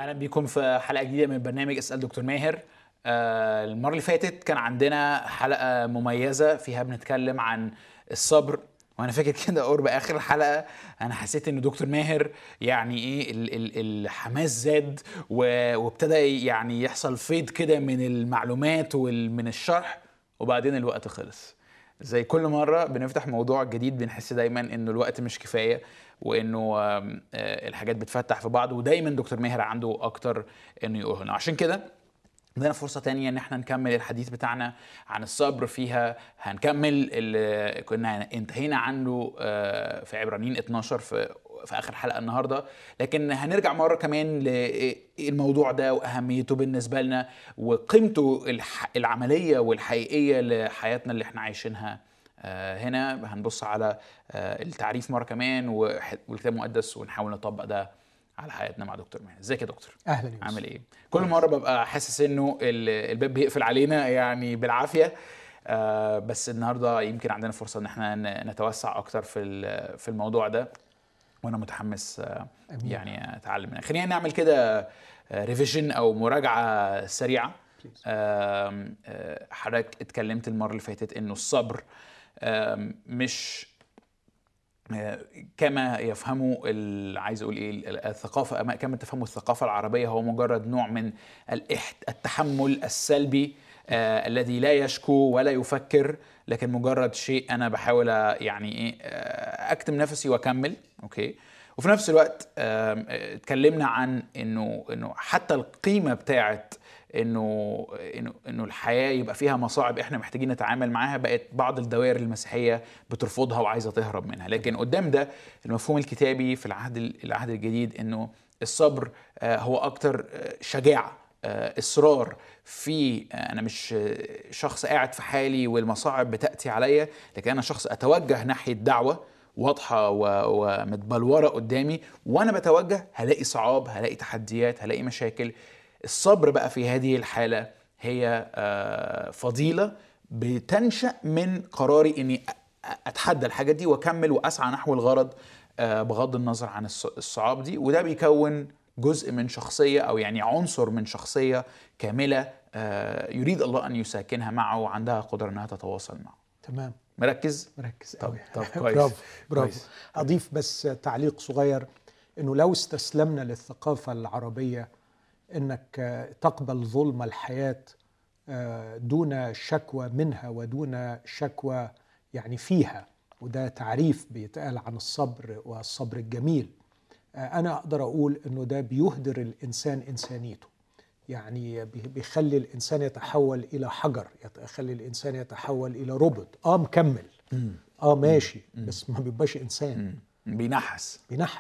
اهلا بيكم في حلقه جديده من برنامج اسال دكتور ماهر. المره اللي فاتت كان عندنا حلقه مميزه فيها بنتكلم عن الصبر، وانا فاكر كده قرب اخر الحلقه انا حسيت ان دكتور ماهر يعني ايه الحماس زاد وابتدى يعني يحصل فيض كده من المعلومات ومن الشرح، وبعدين الوقت خلص. زي كل مرة بنفتح موضوع جديد بنحس دايما انه الوقت مش كفاية، وانه الحاجات بتفتح في بعض، ودايما دكتور ماهر عنده اكتر انه يقول لنا. عشان كده عندنا فرصة تانية ان احنا نكمل الحديث بتاعنا عن الصبر. فيها هنكمل اللي كنا انتهينا عنه في عبرانيين 12 في اخر حلقة النهاردة، لكن هنرجع مرة كمان للموضوع ده واهميته بالنسبة لنا وقيمته العملية والحقيقية لحياتنا اللي احنا عايشينها. هنا هنبص على التعريف مرة كمان والكتاب المقدس، ونحاول نطبق ده على حياتنا مع دكتور ماهر. ازيك يا دكتور؟ اهلا يا عامل يوسف. ايه؟ كل مره ببقى حاسس انه الباب بيقفل علينا يعني بالعافيه، بس النهارده يمكن عندنا فرصه ان احنا نتوسع اكتر في الموضوع ده، وانا متحمس أمين. يعني اتعلم منها. خلينا نعمل كده ريفيجن او مراجعه سريعه. حضرتك اتكلمت المره اللي فاتت انه الصبر مش كما يفهمه عايز اقول ايه الثقافه، كما تفهمه الثقافه العربيه، هو مجرد نوع من التحمل السلبي الذي لا يشكو ولا يفكر، لكن مجرد شيء انا بحاول يعني ايه اكتم نفسي واكمل. اوكي. وفي نفس الوقت اتكلمنا عن انه حتى القيمه بتاعت انه الحياه يبقى فيها مصاعب احنا محتاجين نتعامل معاها، بقت بعض الدوائر المسيحيه بترفضها وعايزه تهرب منها. لكن قدام ده المفهوم الكتابي في العهد الجديد انه الصبر هو اكتر شجاعه، اصرار في انا مش شخص قاعد في حالي والمصاعب بتاتي عليا، لكن انا شخص اتوجه ناحيه دعوه واضحه ومتبلوره قدامي، وانا بتوجه هلاقي صعاب، هلاقي تحديات، هلاقي مشاكل. الصبر بقى في هذه الحالة هي فضيلة بتنشأ من قراري اني اتحدى الحاجات دي واكمل واسعى نحو الغرض بغض النظر عن الصعاب دي، وده بيكون جزء من شخصية او يعني عنصر من شخصية كاملة يريد الله ان يساكنها معه وعندها قدرة انها تتواصل معه. تمام. مركز قوي. طب كويس. برافو كويس. اضيف بس تعليق صغير، انه لو استسلمنا للثقافة العربية انك تقبل ظلم الحياة دون شكوى منها ودون شكوى يعني فيها، وده تعريف بيتقال عن الصبر والصبر الجميل، انا اقدر اقول انه ده بيهدر الانسان انسانيته، يعني بيخلي الانسان يتحول الى حجر، يخلي الانسان يتحول الى روبوت مكمل ماشي بس ما بيبقاش انسان، بينحس.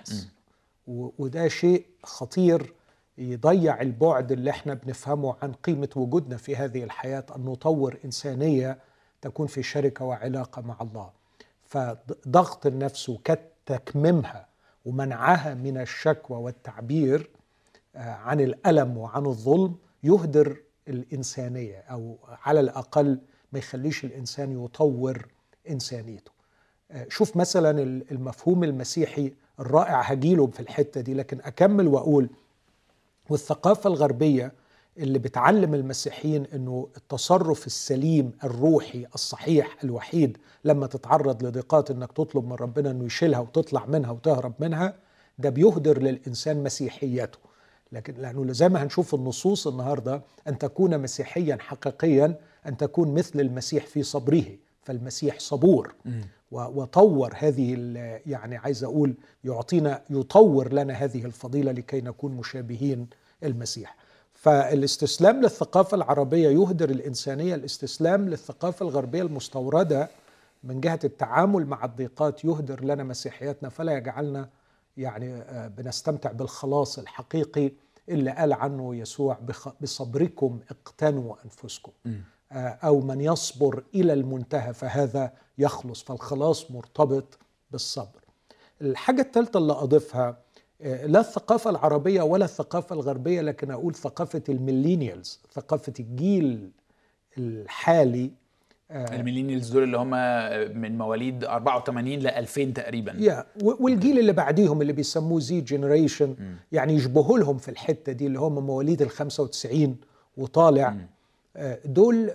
وده شيء خطير يضيع البعد اللي احنا بنفهمه عن قيمة وجودنا في هذه الحياة، أن نطور إنسانية تكون في شركة وعلاقة مع الله. فضغط النفس وتكميمها ومنعها من الشكوى والتعبير عن الألم وعن الظلم يهدر الإنسانية، أو على الأقل ما يخليش الإنسان يطور إنسانيته. شوف مثلا المفهوم المسيحي الرائع، هجيله في الحتة دي لكن أكمل وأقول، والثقافة الغربية اللي بتعلم المسيحيين أنه التصرف السليم الروحي الصحيح الوحيد لما تتعرض لضيقات أنك تطلب من ربنا أنه يشيلها وتطلع منها وتهرب منها، ده بيهدر للإنسان مسيحيته. لكن لأنه زي ما هنشوف النصوص النهاردة، أن تكون مسيحيا حقيقيا أن تكون مثل المسيح في صبره، فالمسيح صبور وطور هذه، يعني عايز أقول يطور لنا هذه الفضيلة لكي نكون مشابهين المسيح. فالاستسلام للثقافة العربية يهدر الإنسانية، الاستسلام للثقافة الغربية المستوردة من جهة التعامل مع الضيقات يهدر لنا مسيحياتنا، فلا يجعلنا يعني بنستمتع بالخلاص الحقيقي اللي قال عنه يسوع بصبركم اقتنوا أنفسكم، أو من يصبر إلى المنتهى فهذا يخلص. فالخلاص مرتبط بالصبر. الحاجة الثالثة اللي أضيفها، لا الثقافة العربية ولا الثقافة الغربية، لكن أقول ثقافة الميلينيالز، ثقافة الجيل الحالي، الميلينيالز دول اللي هم من مواليد 84 ل 2000 تقريبا. والجيل اللي بعديهم اللي بيسموه زي جنريشن، يعني يشبهوا لهم في الحتة دي، اللي هم مواليد ال 95 وطالع. دول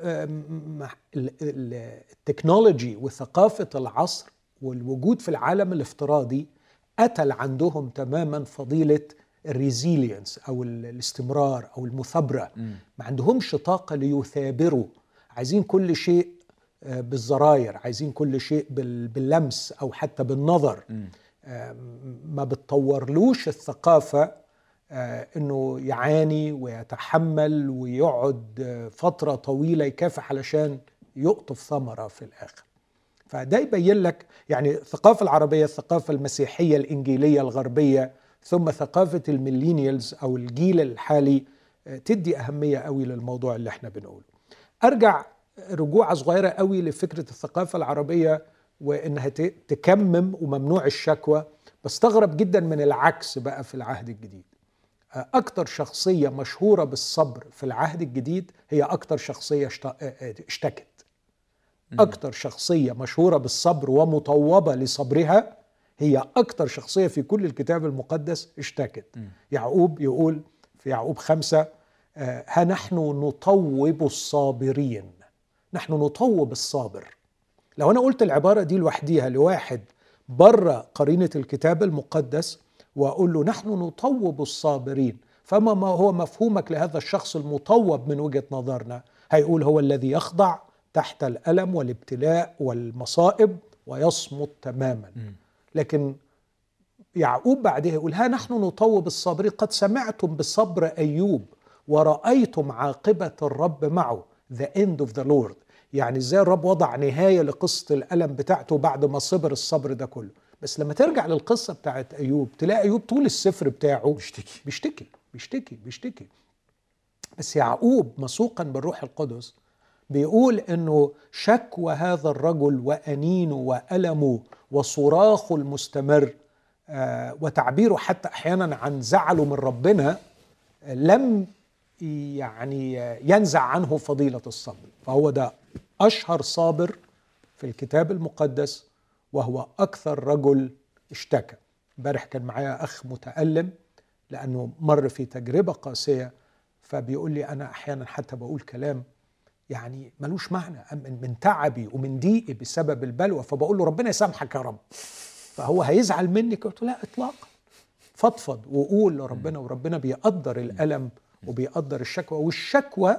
التكنولوجي وثقافة العصر والوجود في العالم الافتراضي قتل عندهم تماما فضيلة الريزيلينس أو الاستمرار أو المثابرة. ما عندهمش طاقة ليثابروا، عايزين كل شيء بالزراير، عايزين كل شيء باللمس أو حتى بالنظر. ما بتطورلوش الثقافة انه يعاني ويتحمل ويقعد فترة طويلة يكافح علشان يقطف ثمرة في الآخر. فده يبين لك يعني الثقافة العربية، الثقافة المسيحية الإنجيلية الغربية، ثم ثقافة الميلينيالز أو الجيل الحالي تدي أهمية قوي للموضوع اللي احنا بنقوله. أرجع رجوعة صغيرة قوي لفكرة الثقافة العربية وإنها تكمم وممنوع الشكوى. بستغرب جدا من العكس بقى في العهد الجديد. أكتر شخصية مشهورة بالصبر في العهد الجديد هي أكتر شخصية اشتكت. أكتر شخصية مشهورة بالصبر ومطوبة لصبرها هي أكتر شخصية في كل الكتاب المقدس اشتكت. يعقوب يقول في يعقوب 5 ها نحن نطوب الصابرين. نحن نطوب الصابر. لو أنا قلت العبارة دي لوحديها لواحد بره قرينة الكتاب المقدس وأقول له نحن نطوب الصابرين، فما هو مفهومك لهذا الشخص المطوب من وجهة نظرنا؟ هيقول هو الذي يخضع تحت الألم والابتلاء والمصائب ويصمت تماما. لكن يعقوب بعدها يقول ها نحن نطوب الصابرين، قد سمعتم بصبر أيوب ورأيتم عاقبة الرب معه. The end of the Lord. يعني ازاي الرب وضع نهاية لقصة الألم بتاعته بعد ما صبر الصبر ده كله. بس لما ترجع للقصة بتاعت أيوب تلاقي أيوب طول السفر بتاعه بيشتكي. بس يعقوب مسوقا بالروح القدس بيقول إنه شكوى هذا الرجل وأنينه وألمه وصراخه المستمر وتعبيره حتى أحيانا عن زعله من ربنا لم يعني ينزع عنه فضيلة الصبر. فهو ده أشهر صابر في الكتاب المقدس، وهو أكثر رجل اشتكى. امبارح كان معايا أخ متألم لأنه مر في تجربة قاسية، فبيقول لي أنا أحيانا حتى بقول كلام يعني ملوش معنى من تعبي ومن ضيقي بسبب البلوى، فبقول له ربنا يسامحك يا رب. فهو هيزعل مني؟ قلت لا إطلاقا، فضفض وقول لربنا، وربنا بيقدر الألم وبيقدر الشكوى. والشكوى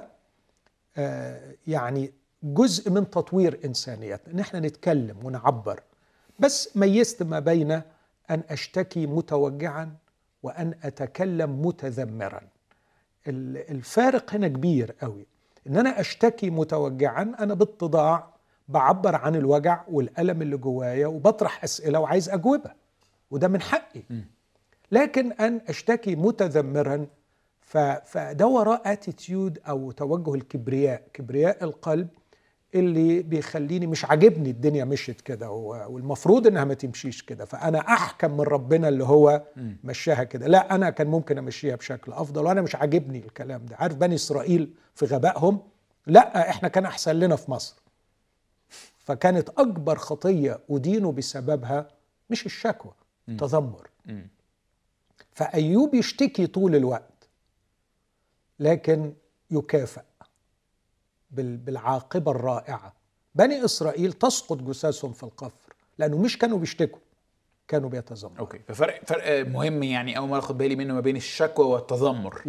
يعني جزء من تطوير إنسانيتنا، إن احنا نتكلم ونعبر. بس ميزت ما بين أن أشتكي متوجعا وأن أتكلم متذمرا. الفارق هنا كبير قوي. إن أنا أشتكي متوجعا أنا باتضاع بعبر عن الوجع والألم اللي جوايا وبطرح أسئلة وعايز أجوبة، وده من حقي. لكن أن أشتكي متذمرا فده وراء اتيتيود أو توجه الكبرياء، كبرياء القلب اللي بيخليني مش عاجبني الدنيا مشيت كده والمفروض انها ما تمشيش كده، فانا احكم من ربنا اللي هو مشاها كده. لا، انا كان ممكن امشيها بشكل افضل وانا مش عاجبني الكلام ده. عارف بني اسرائيل في غبائهم؟ لا، احنا كان احسن لنا في مصر. فكانت اكبر خطية ادينوا بسببها مش الشكوى، تذمر. فايوب يشتكي طول الوقت لكن يكافئ بالعاقبة الرائعة. بني إسرائيل تسقط جثثهم في القفر لأنه مش كانوا بيشتكوا، كانوا بيتذمروا. أوكي، ففرق مهم يعني أول ما أخد بالي منه ما بين الشكوى والتذمر.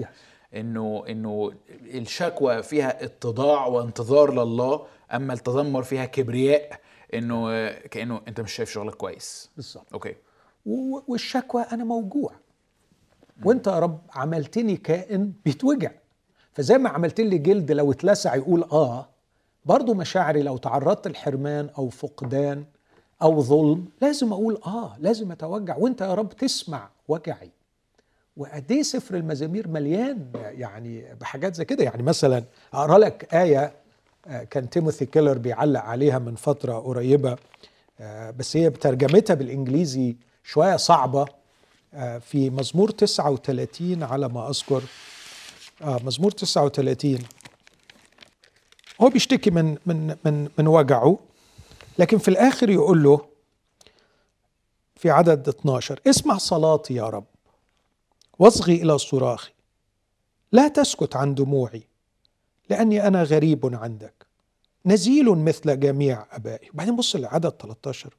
إنه الشكوى فيها اتضاع وانتظار لله، أما التذمر فيها كبرياء، إنه كأنه أنت مش شايف شغلك كويس. بالظبط. أوكي. والشكوى أنا موجوع وأنت يا رب عملتني كائن بيتوجع، فزي ما عملت لي جلد لو اتلسع يقول برضو مشاعري لو تعرضت الحرمان أو فقدان أو ظلم لازم أقول لازم أتوجع، وانت يا رب تسمع وجعي. وقديه سفر المزامير مليان يعني بحاجات زي كده. يعني مثلا أقرأ لك آية كان تيموثي كيلر بيعلق عليها من فترة قريبة، بس هي بترجمتها بالإنجليزي شوية صعبة. في مزمور 39 على ما أذكر، مزمور 39 هو بيشتكي من وجعه، لكن في الآخر يقول له في عدد 12: اسمع صلاتي يا رب واصغي إلى صراخي، لا تسكت عن دموعي لأني أنا غريب عندك، نزيل مثل جميع أبائي. وبعدين بص لعدد 13: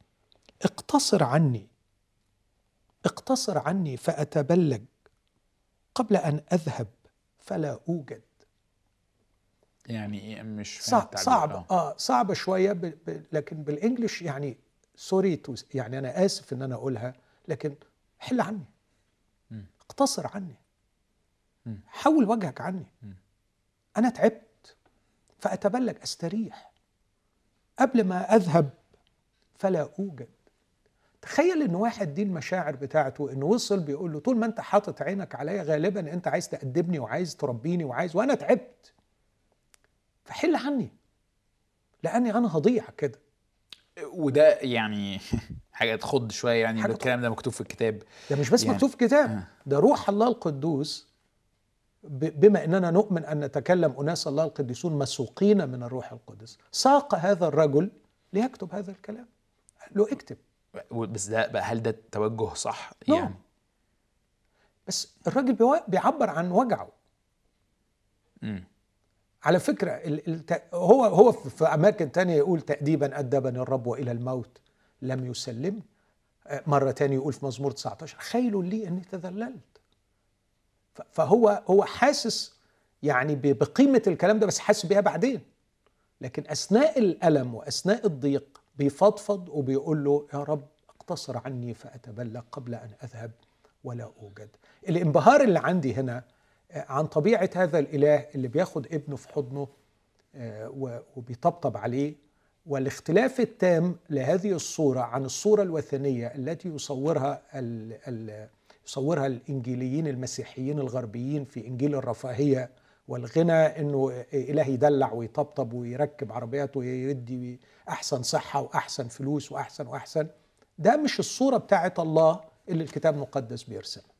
اقتصر عني فأتبلج، قبل أن أذهب فلا أوجد. يعني مش فاهم صعب صعب شوية لكن بالإنجليش يعني سوري يعني أنا آسف إن أنا أقولها، لكن حل عني، اقتصر عني، حول وجهك عني، أنا تعبت فأتبلج، أستريح، قبل ما أذهب فلا أوجد. تخيل إن واحد دي المشاعر بتاعته، إنه وصل بيقول له طول ما أنت حاطط عينك عليا غالبا أنت عايز تأدبني وعايز تربيني وأنا تعبت، فحل عني لأني أنا هضيع كده. وده يعني حاجة تخض شوية، يعني ده الكلام ده مكتوب في الكتاب، ده مش بس يعني مكتوب في كتاب، ده روح الله القدوس، بما أننا نؤمن أن نتكلم أناس الله القديسون مسوقين من الروح القدس، ساق هذا الرجل ليكتب هذا الكلام، له اكتب. بس ده بقى، هل ده التوجه صح؟ يعني بس الراجل بيعبر عن وجعه. على فكرة هو في أماكن تانية يقول تأديبا أدبني الرب وإلى الموت لم يسلمني. مرة تانية يقول في مزمور 19: خيل لي أني تذللت. فهو حاسس يعني بقيمة الكلام ده، بس حاسس بيها بعدين، لكن أثناء الألم وأثناء الضيق بيفضفض وبيقول له يا رب اقتصر عني فأتبلغ قبل أن أذهب ولا أوجد. الانبهار اللي عندي هنا عن طبيعة هذا الإله اللي بياخد ابنه في حضنه وبيطبطب عليه، والاختلاف التام لهذه الصورة عن الصورة الوثنية التي يصورها الإنجيليين المسيحيين الغربيين في إنجيل الرفاهية والغنى، إنه إله يدلع ويطبطب ويركب عربيات ويدي أحسن صحة وأحسن فلوس وأحسن. ده مش الصورة بتاعت الله اللي الكتاب المقدس بيرسمها.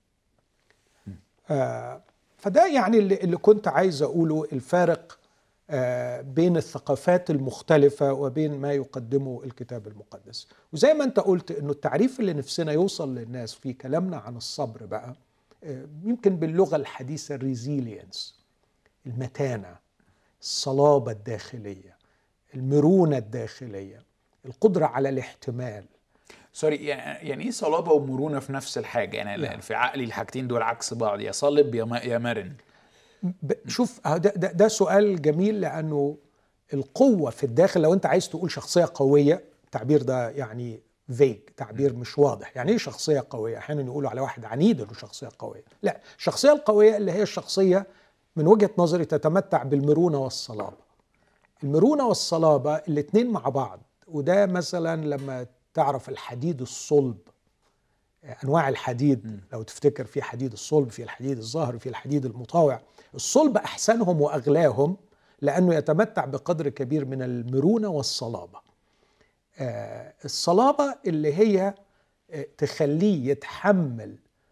فده يعني اللي كنت عايز أقوله، الفارق بين الثقافات المختلفة وبين ما يقدمه الكتاب المقدس. وزي ما أنت قلت إنه التعريف اللي نفسنا يوصل للناس في كلامنا عن الصبر بقى يمكن باللغة الحديثة الريزيلينس، المتانة، الصلابة الداخلية، المرونة الداخلية، القدرة على الاحتمال. سوري، يعني ايه صلابة ومرونة في نفس الحاجة؟ يعني في عقلي الحاجتين دول عكس بعض، يا صلب يا مرن. شوف ده سؤال جميل، لأنه القوة في الداخل، لو أنت عايز تقول شخصية قوية، التعبير ده يعني فيج، تعبير مش واضح. يعني ايه شخصية قوية؟ أحيانا يقولوا على واحد عنيد إنه شخصية قوية. لا، الشخصية القوية اللي هي الشخصية من وجهة نظري تتمتع بالمرونة والصلابة. المرونة والصلابة الاتنين مع بعض. وده مثلا لما تعرف الحديد الصلب، أنواع الحديد، لو تفتكر في حديد الصلب، في الحديد الزهر، في الحديد المطاوع. الصلب أحسنهم وأغلاهم لأنه يتمتع بقدر كبير من المرونة والصلابة. الصلابة اللي هي تخليه يتحمل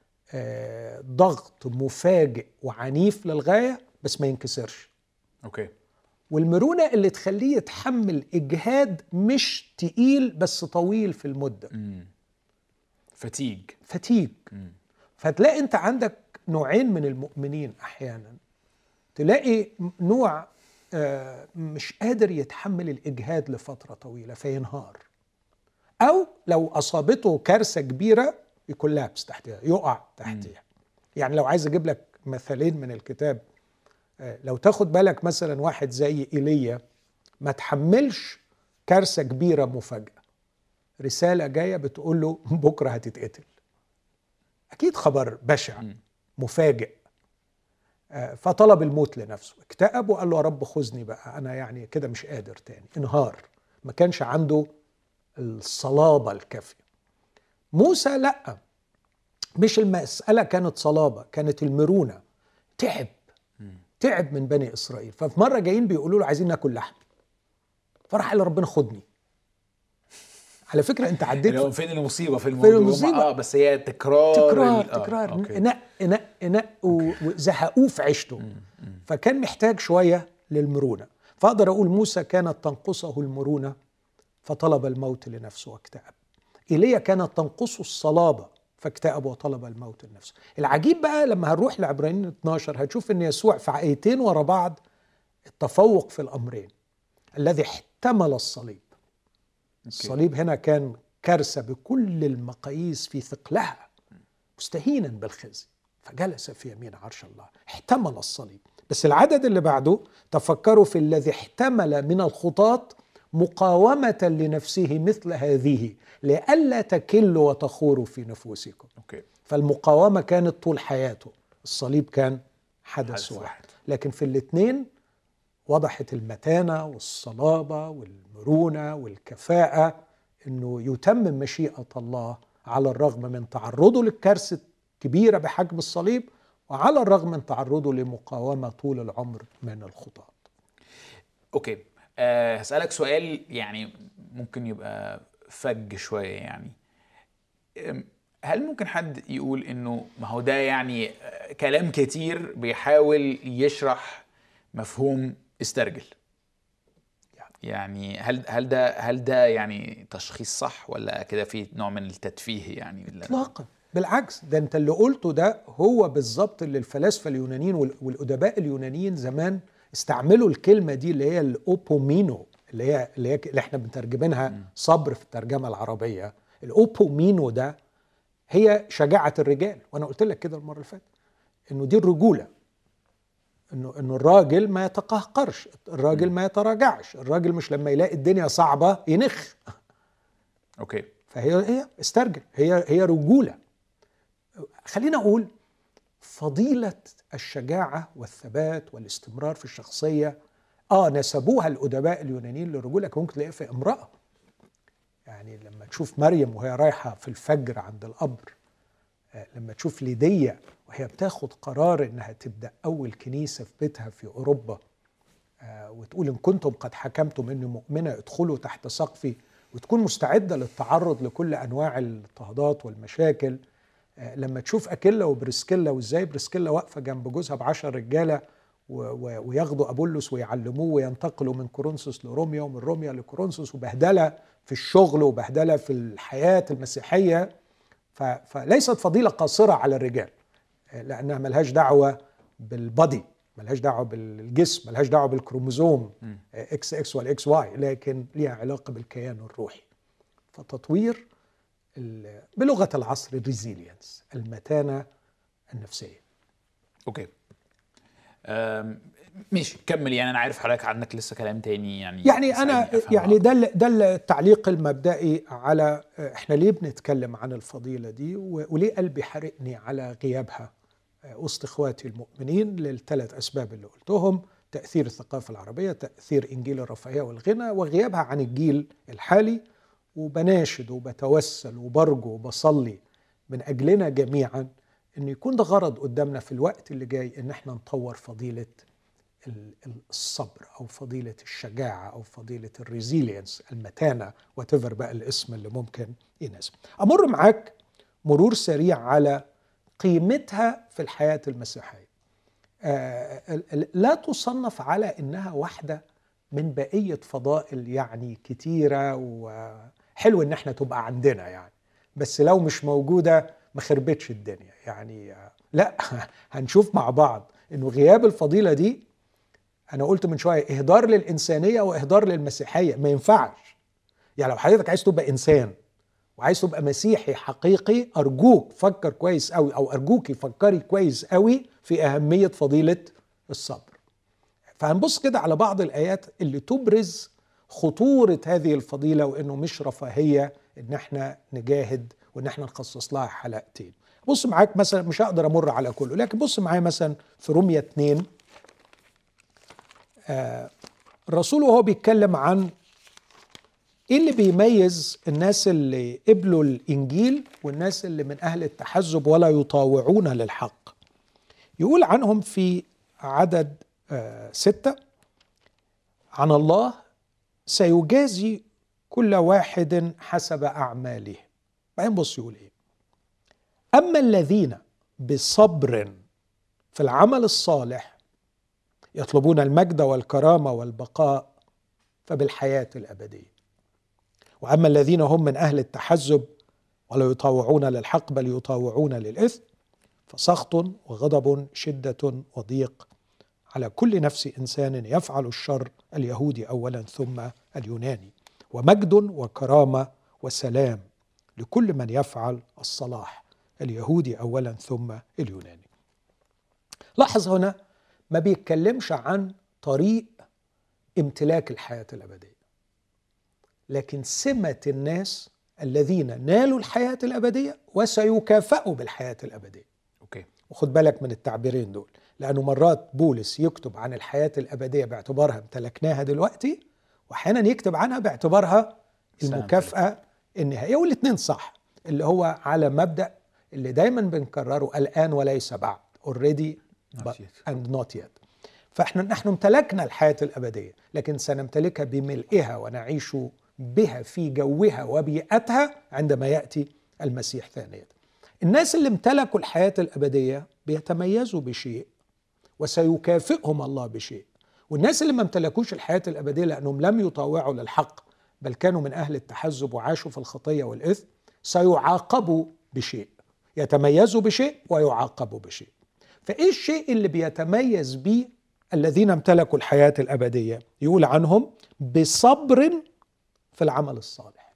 ضغط مفاجئ وعنيف للغاية بس ما ينكسرش. أوكي. والمرونة اللي تخليه يتحمل إجهاد مش تقيل بس طويل في المدة. فتيج. فتلاقي أنت عندك نوعين من المؤمنين. أحيانا تلاقي نوع مش قادر يتحمل الإجهاد لفترة طويلة فينهار، أو لو أصابته كارثة كبيرة يكون لابس تحتها، يقع تحتها. يعني لو عايز أجيب لك مثالين من الكتاب، لو تاخد بالك مثلا واحد زي إيليا ما تحملش كارثة كبيرة مفاجأة، رسالة جاية بتقول له بكرة هتتقتل، أكيد خبر بشع مفاجئ، فطلب الموت لنفسه، اكتئب وقال له يا رب خذني بقى، أنا يعني كده مش قادر تاني، انهار. ما كانش عنده الصلابة الكافية. موسى لأ، مش المسألة كانت صلابة، كانت المرونة. تعب من بني إسرائيل. ففي مرة جايين بيقولوا له عايزين ناكل لحم، فراح قال ربنا خدني. على فكرة انت عديت فين المصيبة في الموضوع؟ فين المصيبة؟ بس هي تكرار نق وزهقوه في عيشته. فكان محتاج شوية للمرونة. فأقدر أقول موسى كانت تنقصه المرونة فطلب الموت لنفسه واكتئب. إيليا كانت تنقصه الصلابة فاكتئب وطلب الموت لنفسه. العجيب بقى لما هنروح لعبرانيين 12 هتشوف ان يسوع في آيتين ورا بعض التفوق في الأمرين. الذي احتمل الصليب. الصليب هنا كان كارثة بكل المقاييس في ثقلها، مستهينا بالخزي، فجلس في يمين عرش الله، احتمل الصليب. بس العدد اللي بعده تفكروا في الذي احتمل من الخطاة مقاومة لنفسه مثل هذه لئلا تكلوا وتخوروا في نفوسكم. فالمقاومة كانت طول حياته، الصليب كان حدث واحد. لكن في الاثنين وضحت المتانة والصلابة والمرونة والكفاءة انه يتمم مشيئة الله على الرغم من تعرضه للكارثة كبيرة بحجم الصليب، وعلى الرغم من تعرضه لمقاومة طول العمر من الخطاة. اوكي، هسألك سؤال يعني ممكن يبقى فج شوية يعني. هل ممكن حد يقول انه ما هو ده يعني كلام كتير بيحاول يشرح مفهوم استرجل؟ يعني هل ده يعني تشخيص صح، ولا كده في نوع من التدفيه يعني؟ اطلاقا، بالعكس، ده انت اللي قلته ده هو بالظبط اللي الفلاسفه اليونانيين والادباء اليونانيين زمان استعملوا الكلمه دي اللي هي الاوبومينو، اللي احنا بنترجمينها صبر في الترجمه العربيه. الاوبومينو ده هي شجاعه الرجال، وانا قلت لك كده المره اللي فاتت انه دي الرجوله، انه الراجل ما يتقهقرش، الراجل ما يتراجعش، الراجل مش لما يلاقي الدنيا صعبه ينخ. اوكي، فهي استرجل، هي رجوله. خلينا اقول فضيله الشجاعه والثبات والاستمرار في الشخصيه نسبوها الادباء اليونانيين للرجوله، ممكن تلاقيها في امراه. يعني لما تشوف مريم وهي رايحه في الفجر عند القبر، لما تشوف ليديا وهي بتاخد قرار انها تبدا اول كنيسه في بيتها في اوروبا، وتقول ان كنتم قد حكمتم اني مؤمنه ادخلوا تحت سقفي، وتكون مستعده للتعرض لكل انواع الاضطهادات والمشاكل. لما تشوف اكيلا وبريسكيلا وازاي بريسكيلا واقفه جنب جوزها ب10 رجاله وياخدوا ابولس ويعلموه وينتقلوا من كورنثوس لروميا ومن روميا لكورنثوس، وبهدله في الشغل وبهدله في الحياه المسيحيه. فليست فضيله قاصره على الرجال، لانها ملهاش دعوه بالبادي، ملهاش دعوه بالجسم، ملهاش دعوه بالكروموزوم اكس اكس والاكس واي، لكن ليها علاقه بالكيان الروحي. فتطوير بلغه العصر الريزيلينس، المتانه النفسيه. اوكي، ماشي كمل. يعني انا عارف حضرتك عندك لسه كلام تاني يعني انا يعني ده التعليق المبدئي على احنا ليه بنتكلم عن الفضيله دي، وليه قلبي حرقني على غيابها وسط اخواتي المؤمنين، للثلاث اسباب اللي قلتهم: تاثير الثقافه العربيه، تاثير انجيل الرفاهيه والغنى، وغيابها عن الجيل الحالي. وبناشد وبتوسل وبرجو وبصلي من اجلنا جميعا ان يكون ده غرض قدامنا في الوقت اللي جاي، ان احنا نطور فضيله الصبر او فضيله الشجاعه او فضيله الريزيلينس، المتانه، واتيفر بقى الاسم اللي ممكن يناسب. امر معاك مرور سريع على قيمتها في الحياه المسيحيه. لا تصنف على انها واحده من بقيه فضائل يعني كتيره، وحلو ان احنا تبقى عندنا يعني، بس لو مش موجوده ما خربتش الدنيا يعني. لا، هنشوف مع بعض انه غياب الفضيله دي، أنا قلت من شوية، إهدار للإنسانية وإهدار للمسيحية. ما ينفعش. يعني لو حضرتك عايز تبقى إنسان وعايز تبقى مسيحي حقيقي، أرجوك فكر كويس قوي، أو أرجوكي فكري كويس قوي في أهمية فضيلة الصبر. فهنبص كده على بعض الآيات اللي تبرز خطورة هذه الفضيلة، وإنه مش رفاهية إن احنا نجاهد وإن احنا نخصص لها حلقتين. بص معاك مثلا، مش هقدر أمر على كله، لكن بص معايا مثلا في رومية 2. الرسول وهو بيتكلم عن ايه اللي بيميز الناس اللي قبلوا الانجيل والناس اللي من اهل التحزب ولا يطاوعون للحق، يقول عنهم في عدد 6: عن الله سيجازي كل واحد حسب اعماله. بعدين بص يقول ايه: اما الذين بصبر في العمل الصالح يطلبون المجد والكرامة والبقاء فبالحياة الأبدية. وأما الذين هم من أهل التحزب ولا يطاوعون للحق بل يطاوعون للإثم فسخط وغضب شدة وضيق على كل نفس إنسان يفعل الشر، اليهودي أولا ثم اليوناني، ومجد وكرامة وسلام لكل من يفعل الصلاح، اليهودي أولا ثم اليوناني. لاحظ هنا ما بيتكلمش عن طريق امتلاك الحياة الأبدية، لكن سمة الناس الذين نالوا الحياة الأبدية وسيكافئوا بالحياة الأبدية. وخد بالك من التعبيرين دول، لأنه مرات بولس يكتب عن الحياة الأبدية باعتبارها امتلكناها دلوقتي، وأحيانا يكتب عنها باعتبارها المكافأة النهائية، والاثنين صح، اللي هو على مبدأ اللي دايما بنكرره الآن وليس بعد، already and not yet. نحن امتلكنا الحياة الأبدية، لكن سنمتلكها بملئها ونعيش بها في جوها وبيئتها عندما يأتي المسيح ثانية. الناس اللي امتلكوا الحياة الأبدية بيتميزوا بشيء وسيكافئهم الله بشيء، والناس اللي ما امتلكوش الحياة الأبدية لأنهم لم يطاوعوا للحق بل كانوا من أهل التحزب وعاشوا في الخطية والإثم سيعاقبوا بشيء، يتميزوا بشيء ويعاقبوا بشيء. فإيه الشيء اللي بيتميز به الذين امتلكوا الحياة الأبدية؟ يقول عنهم بصبر في العمل الصالح.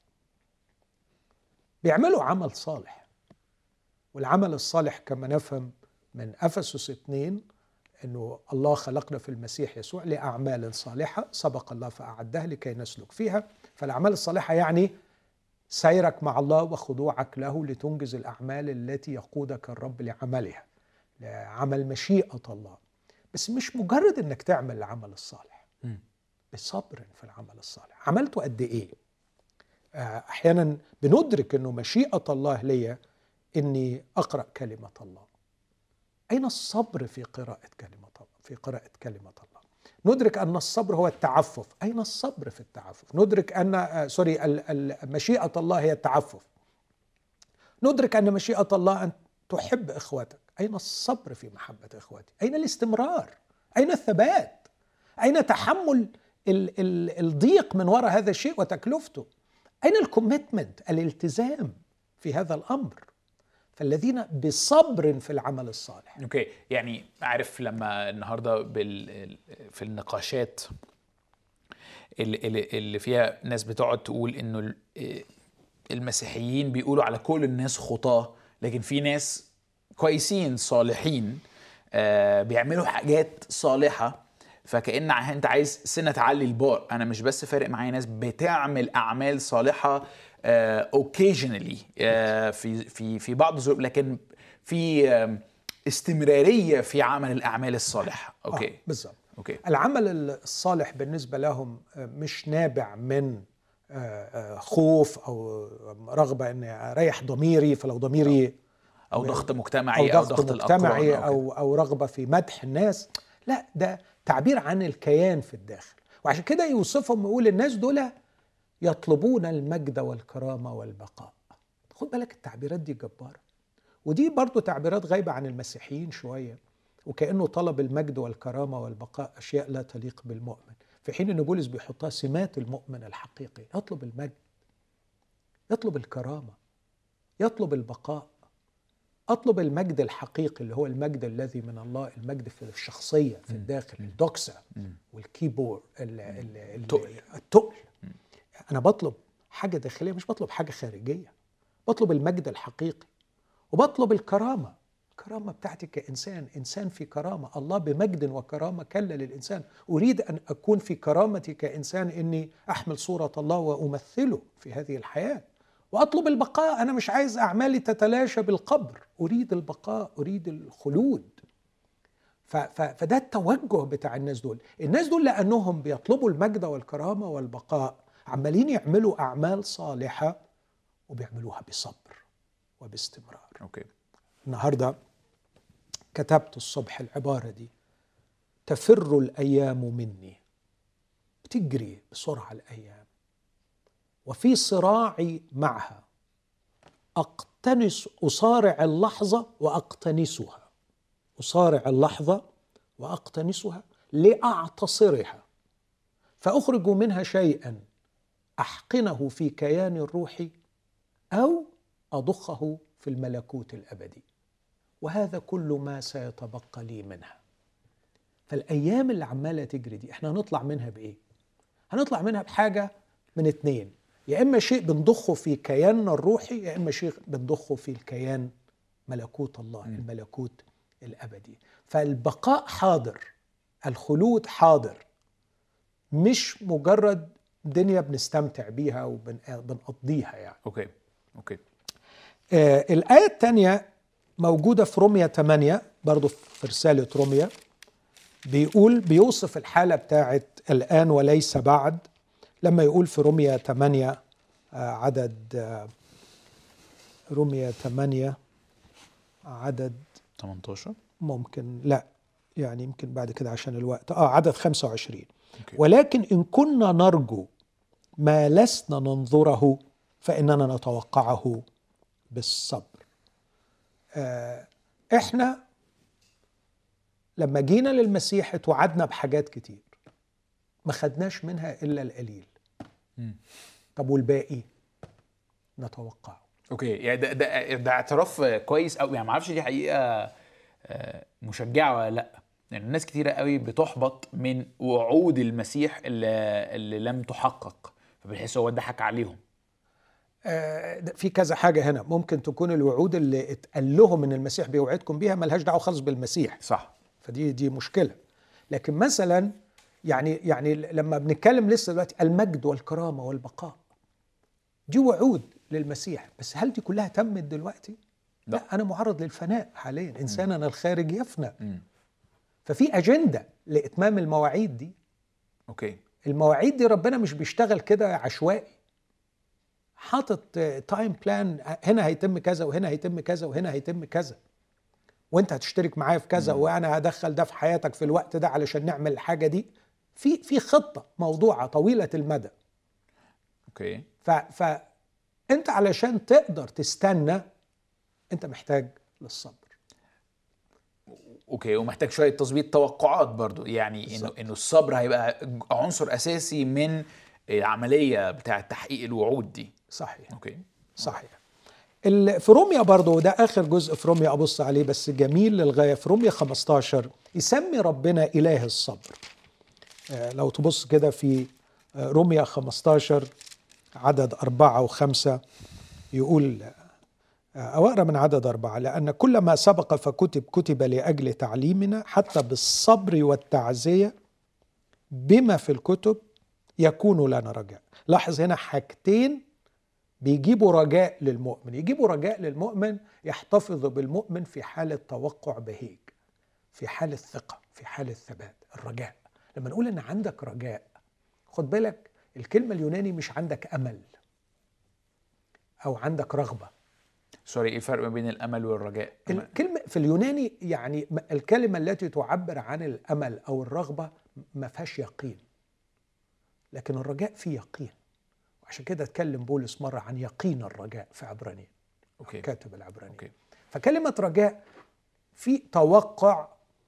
بيعملوا عمل صالح، والعمل الصالح كما نفهم من أفسس 2 أنه الله خلقنا في المسيح يسوع لأعمال صالحة سبق الله فأعدها لكي نسلك فيها. فالأعمال الصالحة يعني سيرك مع الله وخضوعك له لتنجز الأعمال التي يقودك الرب لعملها، لعمل مشيئة الله. بس مش مجرد أنك تعمل العمل الصالح، بصبر في العمل الصالح. عملته قد إيه؟ أحيانا بندرك أنه مشيئة الله لي إني أقرأ كلمة الله. أين الصبر في قراءة كلمة الله؟ في قراءة كلمة الله ندرك أن الصبر هو التعفف. أين الصبر في التعفف؟ ندرك أن مشيئة الله هي التعفف. ندرك أن مشيئة الله أن تحب إخواتك. أين الصبر في محبة إخواتي؟ أين الاستمرار؟ أين الثبات؟ أين تحمل الضيق من وراء هذا الشيء وتكلفته؟ أين الكوميتمنت، الالتزام في هذا الأمر؟ فالذين بصبر في العمل الصالح. اوكي، يعني عارف لما النهارده في النقاشات اللي فيها ناس بتقعد تقول انه المسيحيين بيقولوا على كل الناس خطاة، لكن في ناس كويسين صالحين بيعملوا حاجات صالحة، فكأن انت عايز سنة تعلي البار. انا مش بس فارق معايا ناس بتعمل اعمال صالحة occasionally في بعض الظروف، لكن في استمرارية في عمل الأعمال الصالحة. أوكي بالضبط. أوكي. العمل الصالح بالنسبة لهم مش نابع من خوف أو رغبة أن أريح ضميري، فلو ضميري أو ضغط مجتمعي أو ضغط مجتمعي أو رغبة في مدح الناس، لا، ده تعبير عن الكيان في الداخل. وعشان كده يوصفهم يقول الناس دول يطلبون المجد والكرامة والبقاء. خد بالك التعبيرات دي جبارة، ودي برضو تعبيرات غايبة عن المسيحيين شوية، وكأنه طلب المجد والكرامة والبقاء أشياء لا تليق بالمؤمن، في حين أن بولس بيحطها سمات المؤمن الحقيقي. يطلب المجد، يطلب الكرامة، يطلب البقاء. أطلب المجد الحقيقي اللي هو المجد الذي من الله، المجد في الشخصية في الداخل، الدوكسا والكيبورد، التقل. أنا بطلب حاجة داخلية، مش بطلب حاجة خارجية. بطلب المجد الحقيقي وبطلب الكرامة. الكرامة بتاعتي كإنسان، إنسان في كرامة. الله بمجد وكرامة كلل الإنسان. أريد أن أكون في كرامتي كإنسان، إني أحمل صورة الله وأمثله في هذه الحياة. وأطلب البقاء. أنا مش عايز أعمالي تتلاشى بالقبر، أريد البقاء، أريد الخلود. فده التوجه بتاع الناس دول. الناس دول لأنهم بيطلبوا المجد والكرامة والبقاء عمالين يعملوا أعمال صالحة وبيعملوها بصبر وباستمرار. أوكي. النهاردة كتبت الصبح العبارة دي: تفر الأيام مني. بتجري بسرعة الأيام، وفي صراعي معها أصارع اللحظة وأقتنسها. أصارع اللحظة وأقتنسها لأعتصرها فأخرج منها شيئا أحقنه في كيان الروحي أو أضخه في الملكوت الأبدي، وهذا كل ما سيتبقى لي منها. فالأيام اللي عمالة تجري دي احنا هنطلع منها بإيه؟ هنطلع منها بحاجة من اتنين، يا إما شيء بنضخه في كياننا الروحي، يا إما شيء بنضخه في الكيان ملكوت الله، الملكوت الأبدي. فالبقاء حاضر، الخلود حاضر، مش مجرد دنيا بنستمتع بيها وبنقضيها يعني. اوكي. الآية الثانية موجودة في رومية 8 برضو في رسالة رومية، بيوصف الحالة بتاعت الآن وليس بعد، لما يقول في رومية 8 عدد رومية 8 عدد 18 ممكن، لا يعني يمكن بعد كده عشان الوقت، عدد 25. ولكن إن كنا نرجو ما لسنا ننظره فإننا نتوقعه بالصبر. إحنا لما جينا للمسيح اتوعدنا بحاجات كتير ما خدناش منها إلا القليل. طب والباقي نتوقعه. اوكي، يعني ده اعتراف كويس قوي، يعني ما اعرفش دي حقيقه مشجعه ولا لا. يعني الناس كتيره قوي بتحبط من وعود المسيح اللي لم تحقق، فبيحس هو ضحك عليهم. في كذا حاجه هنا. ممكن تكون الوعود اللي اتقال لهم ان المسيح بيوعدكم بيها ملهاش دعوه خالص بالمسيح، صح، فدي مشكله. لكن مثلا يعني لما بنتكلم لسه دلوقتي المجد والكرامه والبقاء، دي وعود للمسيح، بس هل دي كلها تمت دلوقتي؟ لا، أنا معرض للفناء حاليا، إنساننا الخارج يفنى. ففي أجندة لإتمام المواعيد دي. أوكي. المواعيد دي ربنا مش بيشتغل كده عشوائي، حاطط تايم بلان، هنا هيتم كذا وهنا هيتم كذا وهنا هيتم كذا، وانت هتشترك معايا في كذا، وانا هدخل ده في حياتك في الوقت ده علشان نعمل الحاجة دي. في خطة موضوعة طويلة المدى. اوكي. فانت علشان تقدر تستنى انت محتاج للصبر. اوكي، ومحتاج شويه تظبيط توقعات برضو، يعني انه الصبر هيبقى عنصر اساسي من العمليه بتاعه تحقيق الوعود دي. صحيح. اوكي، صحيح. في روميا برضو، ده اخر جزء في روميا ابص عليه بس جميل للغايه، في روميا 15 يسمي ربنا اله الصبر. لو تبص كده في روميا 15 عدد 4 و5 يقول، أو أقرأ من عدد 4: لأن كل ما سبق فكتب كتب لأجل تعليمنا، حتى بالصبر والتعزية بما في الكتب يكون لنا رجاء. لاحظ هنا حاجتين بيجيبوا رجاء للمؤمن. يجيبوا رجاء للمؤمن، يحتفظ بالمؤمن في حالة توقع بهيج، في حالة ثقة، في حالة ثبات. الرجاء، لما نقول إن عندك رجاء، خد بالك الكلمة اليوناني مش عندك أمل أو عندك رغبة. سوري، ايه الفرق ما بين الامل والرجاء؟ الكلمة في اليوناني يعني الكلمة التي تعبر عن الأمل أو الرغبة ما فيهاش يقين، لكن الرجاء فيه يقين. وعشان كده اتكلم بولس مرة عن يقين الرجاء في عبرانيين. أوكي. كاتب العبرانيين. أوكي. فكلمة رجاء في توقع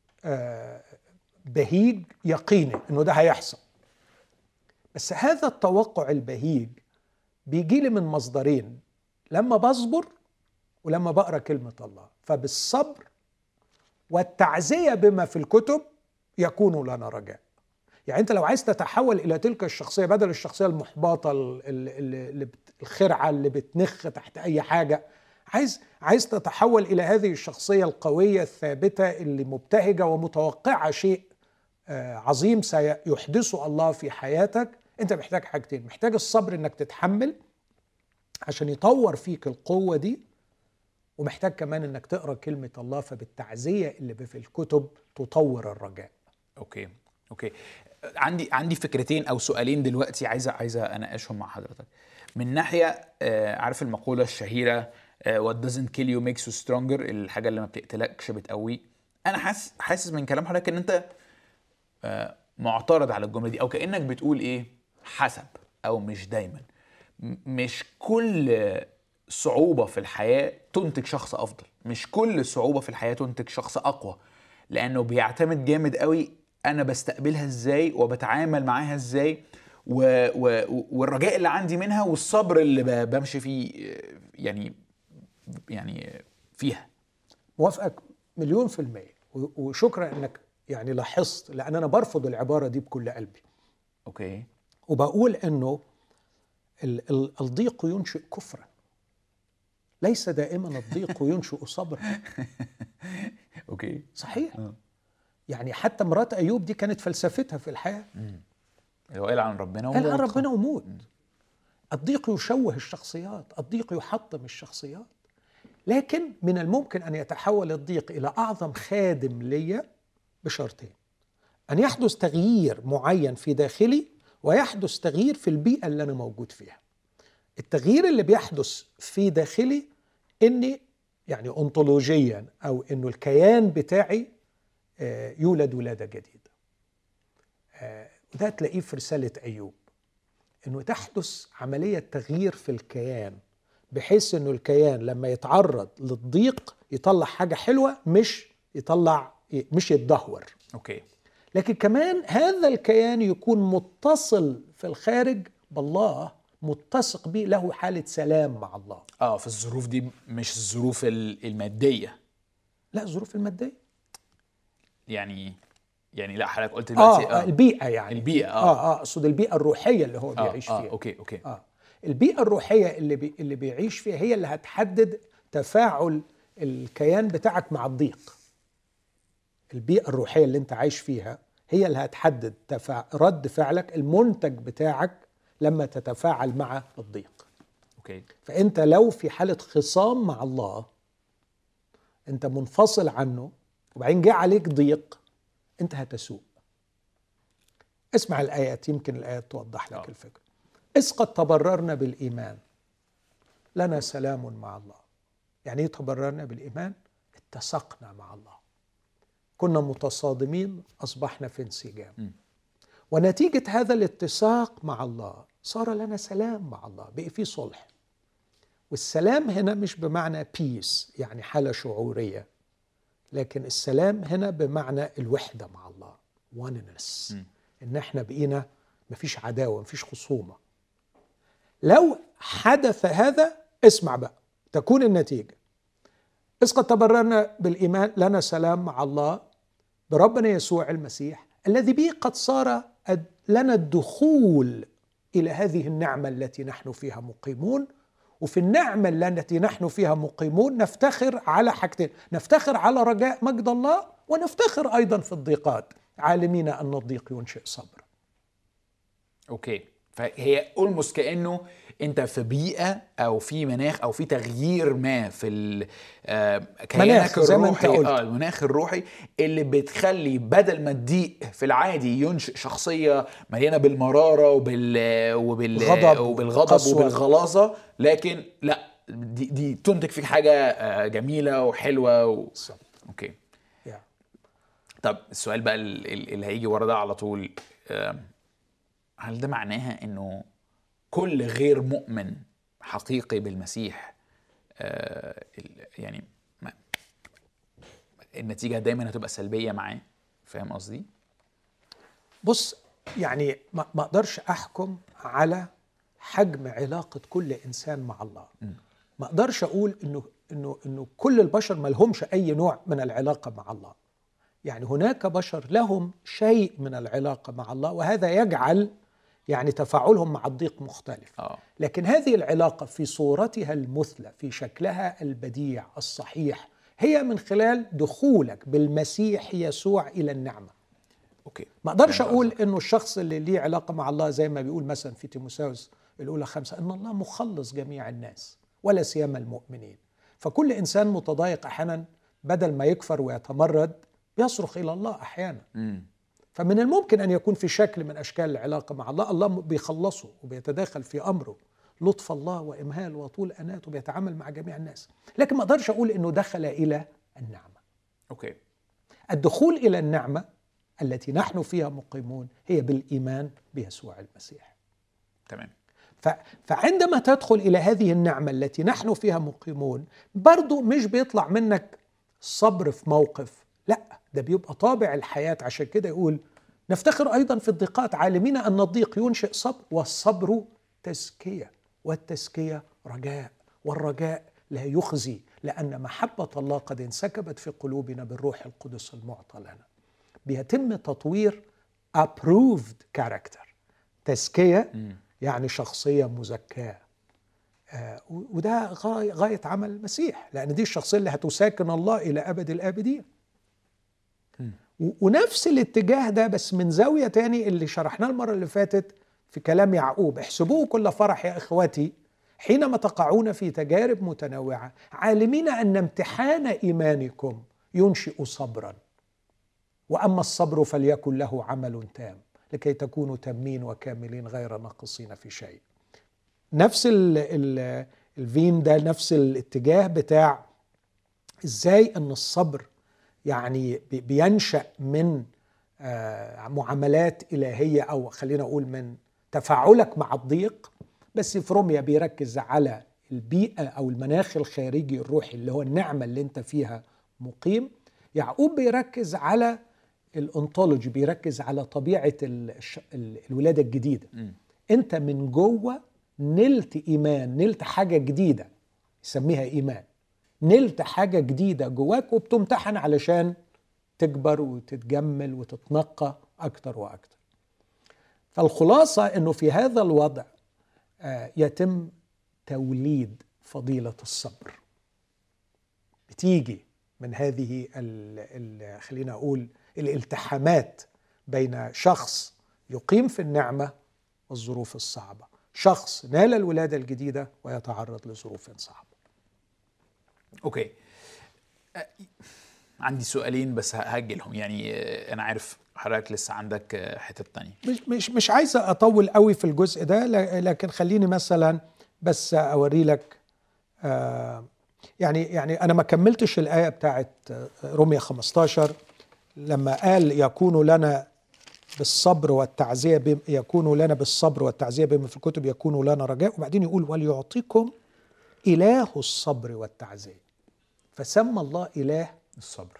بهيج يقيني إنه ده هيحصل. بس هذا التوقع البهيج بيجي لي من مصدرين، لما بصبر ولما بقرأ كلمة الله. فبالصبر والتعزية بما في الكتب يكون لنا رجاء. يعني أنت لو عايز تتحول إلى تلك الشخصية بدل الشخصية المحبطة الخرعة اللي بتنخ تحت أي حاجة، عايز تتحول إلى هذه الشخصية القوية الثابتة اللي مبتهجة ومتوقعة شيء عظيم سيحدثه الله في حياتك، أنت محتاج حاجتين. محتاج الصبر إنك تتحمل عشان يطور فيك القوة دي، ومحتاج كمان انك تقرأ كلمة الله، فبالتعزية اللي في الكتب تطور الرجاء. اوكي. عندي فكرتين او سؤالين دلوقتي عايزه اناقشهم مع حضرتك. من ناحية عارف المقولة الشهيرة what doesn't kill you makes you stronger، الحاجة اللي ما بتقتلكش بتقويك. انا حاسس من كلام حضرتك ان انت معترض على الجملة دي، او كأنك بتقول ايه، حسب او مش دايما. مش كل صعوبة في الحياة تنتج شخص أفضل، مش كل صعوبة في الحياة تنتج شخص أقوى، لأنه بيعتمد جامد قوي انا بستقبلها ازاي وبتعامل معاها ازاي، والرجاء اللي عندي منها والصبر اللي بمشي فيه يعني فيها. موافقك 1,000,000%. وشكرا انك يعني لاحظت، لان انا برفض العبارة دي بكل قلبي. اوكي. وبقول انه الضيق ينشئ كفرا، ليس دائما الضيق ينشئ صبرا. اوكي. صحيح. يعني حتى مرات ايوب دي كانت فلسفتها في الحياة، هو قال عن ربنا قال وموت. عن ربنا وموت. الضيق يشوه الشخصيات، الضيق يحطم الشخصيات، لكن من الممكن أن يتحول الضيق إلى أعظم خادم لي بشرطين: أن يحدث تغيير معين في داخلي، ويحدث تغيير في البيئة اللي أنا موجود فيها. التغيير اللي بيحدث في داخلي إني يعني أنطولوجيا، أو إنه الكيان بتاعي يولد ولادة جديدة. وده تلاقيه في رسالة أيوب، إنه تحدث عملية تغيير في الكيان، بحيث إنه الكيان لما يتعرض للضيق يطلع حاجة حلوة، مش يتدهور. اوكي. لكن كمان هذا الكيان يكون متصل في الخارج بالله، متسق به، له حالة سلام مع الله. في الظروف دي، مش الظروف المادية. لا، الظروف المادية يعني لا، حضرتك قلت دلوقتي البيئة، يعني البيئة اقصد البيئة الروحية اللي هو بيعيش فيها. اوكي. البيئة الروحية اللي بيعيش فيها هي اللي هتحدد تفاعل الكيان بتاعك مع الضيق. البيئة الروحية اللي انت عايش فيها هي اللي هتحدد رد فعلك، المنتج بتاعك لما تتفاعل مع الضيق. اوكي. فانت لو في حالة خصام مع الله، انت منفصل عنه، وبعدين جاء عليك ضيق، انت هتسوء. اسمع الآيات، يمكن الآيات توضح لك الفكرة. إذ قد تبررنا بالإيمان لنا سلام مع الله. يعني ايه تبررنا بالإيمان؟ اتسقنا مع الله، كنا متصادمين أصبحنا في انسجام. ونتيجة هذا الاتساق مع الله صار لنا سلام مع الله، بقي في صلح. والسلام هنا مش بمعنى بيس يعني حالة شعورية، لكن السلام هنا بمعنى الوحدة مع الله، oneness. إن احنا بقينا مفيش عداوة، مفيش خصومة. لو حدث هذا، اسمع بقى، تكون النتيجة: إذ قد تبررنا بالإيمان لنا سلام مع الله بربنا يسوع المسيح، الذي به قد صار لنا الدخول إلى هذه النعمة التي نحن فيها مقيمون. وفي النعمة التي نحن فيها مقيمون نفتخر على حاجتين: نفتخر على رجاء مجد الله، ونفتخر أيضا في الضيقات، عالمين أن الضيق ينشئ صبر. اوكي. فهي ألمس كأنه انت في بيئة او في مناخ او في تغيير ما في كيانك الروحي، المناخ الروحي اللي بتخلي بدل ما الضيق في العادي ينشئ شخصية مليانة بالمرارة وبالغضب وبالغلاظة، لكن لا، دي تنتج فيك حاجة جميلة وحلوة اوكي. طب السؤال بقى اللي هيجي ورا ده على طول: هل ده معناها انه كل غير مؤمن حقيقي بالمسيح يعني النتيجة دايما هتبقى سلبية معاه؟ فاهم قصدي؟ بص، يعني ما اقدرش احكم على حجم علاقة كل انسان مع الله. ما اقدرش اقول انه كل البشر ما لهمش اي نوع من العلاقة مع الله. يعني هناك بشر لهم شيء من العلاقة مع الله، وهذا يجعل يعني تفاعلهم مع الضيق مختلف. لكن هذه العلاقة في صورتها المثلى، في شكلها البديع الصحيح، هي من خلال دخولك بالمسيح يسوع إلى النعمة. أوكي. ما أقدرش أقول إنه الشخص اللي ليه علاقة مع الله زي ما بيقول مثلا في تيموثاوس الأولى 5 إن الله مخلص جميع الناس ولا سيما المؤمنين. فكل إنسان متضايق أحيانا بدل ما يكفر ويتمرد بيصرخ إلى الله أحيانا. فمن الممكن أن يكون في شكل من أشكال العلاقة مع الله، الله بيخلصه وبيتداخل في أمره، لطف الله وإمهال وطول أناته، بيتعامل مع جميع الناس. لكن ما أقدرش أقول إنه دخل إلى النعمة. أوكي. الدخول إلى النعمة التي نحن فيها مقيمون هي بالإيمان بيسوع المسيح. تمام. فعندما تدخل إلى هذه النعمة التي نحن فيها مقيمون، برضو مش بيطلع منك صبر في موقف، لا، ده بيبقى طابع الحياة. عشان كده يقول نفتخر أيضا في الضيقات عالمين أن الضيق ينشئ صبر، والصبر تزكية، والتزكية رجاء، والرجاء لا يخزي، لأن محبة الله قد انسكبت في قلوبنا بالروح القدس المعطى لنا. بيتم تطوير approved character. تزكية يعني شخصية مزكاة، وده غاية عمل المسيح، لأن دي الشخصية اللي هتساكن الله إلى أبد الآبدين. ونفس الاتجاه ده بس من زاوية تاني اللي شرحناه المرة اللي فاتت في كلام يعقوب: احسبوه كل فرح يا إخوتي حينما تقعون في تجارب متنوعة، عالمين أن امتحان إيمانكم ينشئ صبرا، وأما الصبر فليكن له عمل تام لكي تكونوا تامين وكاملين غير ناقصين في شيء. نفس الفين ده، نفس الاتجاه بتاع ازاي ان الصبر يعني بينشأ من معاملات إلهية، أو خلينا أقول من تفاعلك مع الضيق. بس في روميا بيركز على البيئة أو المناخ الخارجي الروحي اللي هو النعمة اللي انت فيها مقيم. يعقوب بيركز على الأنطولوجي، بيركز على طبيعة الولادة الجديدة. انت من جوه نلت إيمان، نلت حاجة جديدة يسميها إيمان، نلت حاجة جديدة جواك وبتمتحن علشان تكبر وتتجمل وتتنقى أكتر وأكتر. فالخلاصة أنه في هذا الوضع يتم توليد فضيلة الصبر، بتيجي من هذه خلينا أقول الالتحامات بين شخص يقيم في النعمة والظروف الصعبة، شخص نال الولادة الجديدة ويتعرض لظروف صعبة. أوكي، عندي سؤالين بس هأجلهم، يعني أنا عارف حضرتك لسه عندك حتة تانية. مش عايز أطول قوي في الجزء ده، لكن خليني مثلا بس أوري لك يعني أنا ما كملتش الآية بتاعت رومية 15 لما قال يكون لنا بالصبر والتعزية، يكون لنا بالصبر والتعزية بما في الكتب يكون لنا رجاء، وبعدين يقول وليعطيكم إله الصبر والتعزية. فسمى الله إله الصبر.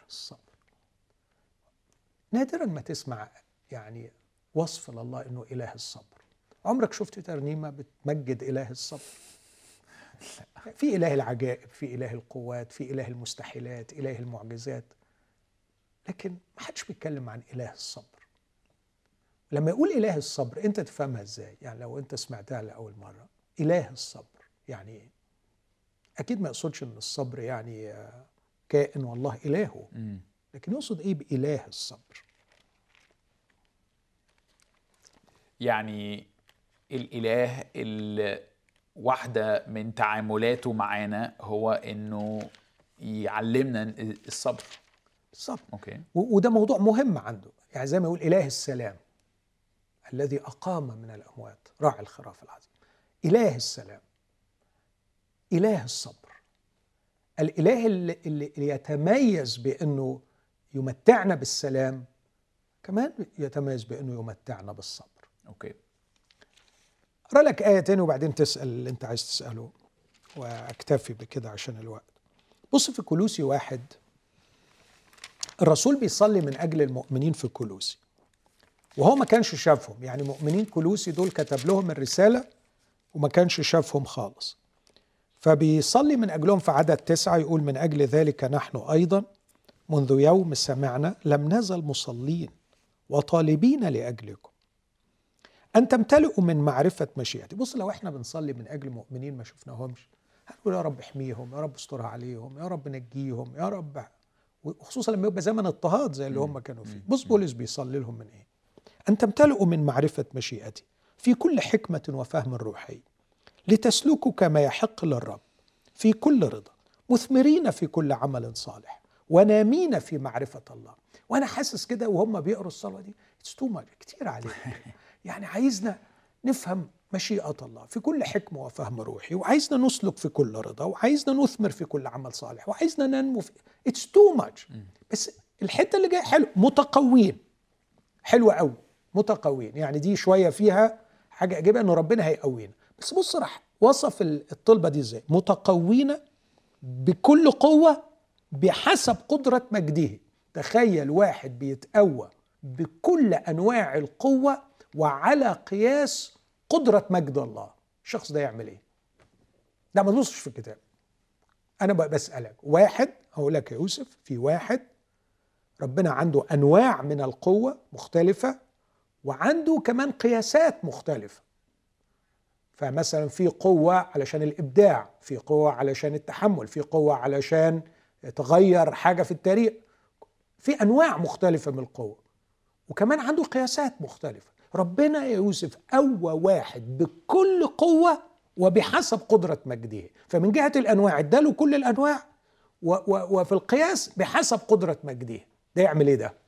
نادرا ما تسمع يعني وصف لله إنه إله الصبر. عمرك شفت ترنيمة بتمجد إله الصبر؟ في إله العجائب، في إله القوات، في إله المستحيلات، إله المعجزات، لكن ما حدش بيتكلم عن إله الصبر. لما يقول إله الصبر أنت تفهمها إزاي؟ يعني لو أنت سمعتها لأول مرة، إله الصبر يعني إيه؟ أكيد ما يقصدش إن الصبر يعني كائن والله إلهه، لكن يقصد إيه بإله الصبر؟ يعني الإله واحدة من تعاملاته معانا هو إنه يعلمنا الصبر. أوكي. وده موضوع مهم عنده، يعني زي ما يقول إله السلام الذي أقام من الأموات راعي الخراف العظيم. إله السلام، إله الصبر، الإله اللي يتميز بأنه يمتعنا بالسلام، كمان يتميز بأنه يمتعنا بالصبر. أوكي. أقرأ لك آية تاني وبعدين تسأل اللي أنت عايز تسأله، وأكتفي بكده عشان الوقت. بص في كولوسي 1، الرسول بيصلي من أجل المؤمنين في كولوسي، وهو ما كانش شافهم، يعني مؤمنين كولوسي دول كتب لهم الرسالة وما كانش شافهم خالص، فبيصلي من أجلهم في عدد 9 يقول: من أجل ذلك نحن أيضا منذ يوم سمعنا لم نزل مصلين وطالبين لأجلكم أن تمتلئوا من معرفة مشيئتي. بص، لو احنا بنصلي من أجل مؤمنين ما شفناهمش هنقول يا رب احميهم، يا رب استرها عليهم، يا رب نجيهم، يا رب، وخصوصا لما يبقى زمن اضطهاد زي اللي هم كانوا فيه. بص بولس بيصلي لهم من ايه: أن تمتلئوا من معرفة مشيئتي في كل حكمة وفهم روحي، لتسلكوا كما يحق للرب في كل رضا، مثمرين في كل عمل صالح، ونامين في معرفة الله. وأنا حاسس كده وهم بيقروا الصلاة دي كتير علينا، يعني عايزنا نفهم مشيئة الله في كل حكمة وفهم روحي، وعايزنا نسلك في كل رضا، وعايزنا نثمر في كل عمل صالح، وعايزنا ننمو في It's too much. بس الحتة اللي جاية حلو، متقوين، حلوة قوي، متقوين، يعني دي شوية فيها حاجة أجيبها إنه ربنا هيقوينا. بس بص راح وصف الطلبة دي إزاي: متقوين بكل قوة بحسب قدرة مجده. تخيل واحد بيتقوى بكل أنواع القوة وعلى قياس قدرة مجد الله. الشخص ده يعمل إيه؟ ده ما تبصش في الكتاب. أنا بسألك واحد، أقول لك يا يوسف، في واحد ربنا عنده أنواع من القوة مختلفة وعنده كمان قياسات مختلفة. فمثلا في قوة علشان الإبداع، في قوة علشان التحمل، في قوة علشان تغير حاجة في التاريخ. في أنواع مختلفة من القوة وكمان عنده قياسات مختلفة. ربنا يا يوسف قوى واحد بكل قوة وبحسب قدرة مجده، فمن جهة الأنواع اداله كل الأنواع وفي القياس بحسب قدرة مجده. ده يعمل إيه ده؟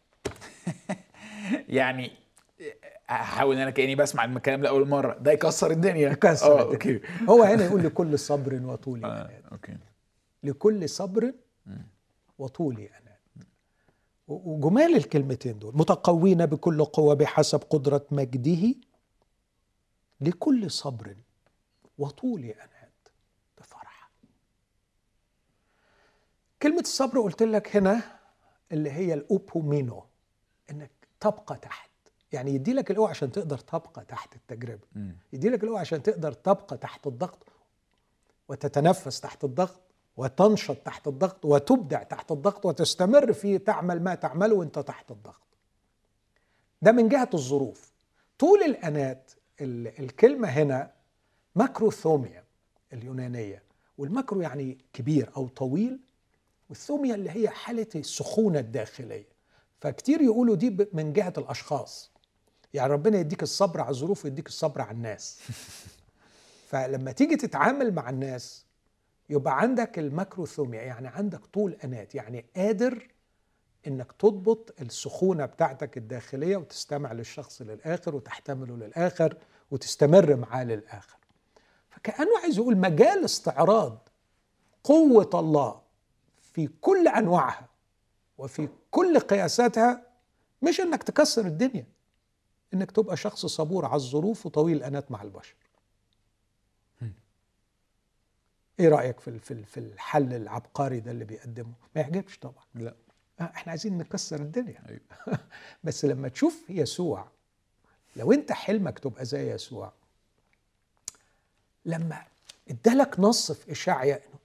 يعني هحاول ان انا كاني بسمع الكلام لاول مره، ده يكسر الدنيا. يكسر الدنيا. اوكي. هو هنا يقول لكل صبر وطول أنات. اوكي. لكل صبر وطول أنات. وجمال الكلمتين دول، متقوين بكل قوة بحسب قدرة مجده لكل صبر وطول أنات. ده فرح. كلمة الصبر قلت لك هنا اللي هي الأوبومينو، إنك تبقى تحت. يعني يدي لك القوة عشان تقدر تبقى تحت التجربة، يدي لك القوة عشان تقدر تبقى تحت الضغط وتتنفس تحت الضغط وتنشط تحت الضغط وتبدع تحت الضغط وتستمر فيه، تعمل ما تعمله وانت تحت الضغط. ده من جهة الظروف. طول الأنات الكلمة هنا ماكروثوميا اليونانية، والماكرو يعني كبير أو طويل، والثوميا اللي هي حالة السخونة الداخلية. فكتير يقولوا دي من جهة الأشخاص، يعني ربنا يديك الصبر على الظروف ويديك الصبر على الناس. فلما تيجي تتعامل مع الناس يبقى عندك الماكروثوميا، يعني عندك طول أنات، يعني قادر إنك تضبط السخونة بتاعتك الداخلية وتستمع للشخص للآخر وتحتمله للآخر وتستمر معاه للآخر. فكأنه عايز يقول مجال استعراض قوة الله في كل أنواعها وفي كل قياساتها مش إنك تكسر الدنيا، إنك تبقى شخص صبور على الظروف وطويل الأنات مع البشر. إيه رأيك في الحل العبقري ده اللي بيقدمه؟ ما يعجبش طبعا. لا. إحنا عايزين نكسر الدنيا. أيوة. بس لما تشوف يسوع، لو أنت حلمك تبقى زي يسوع، لما ادالك نص في إشعياء إنه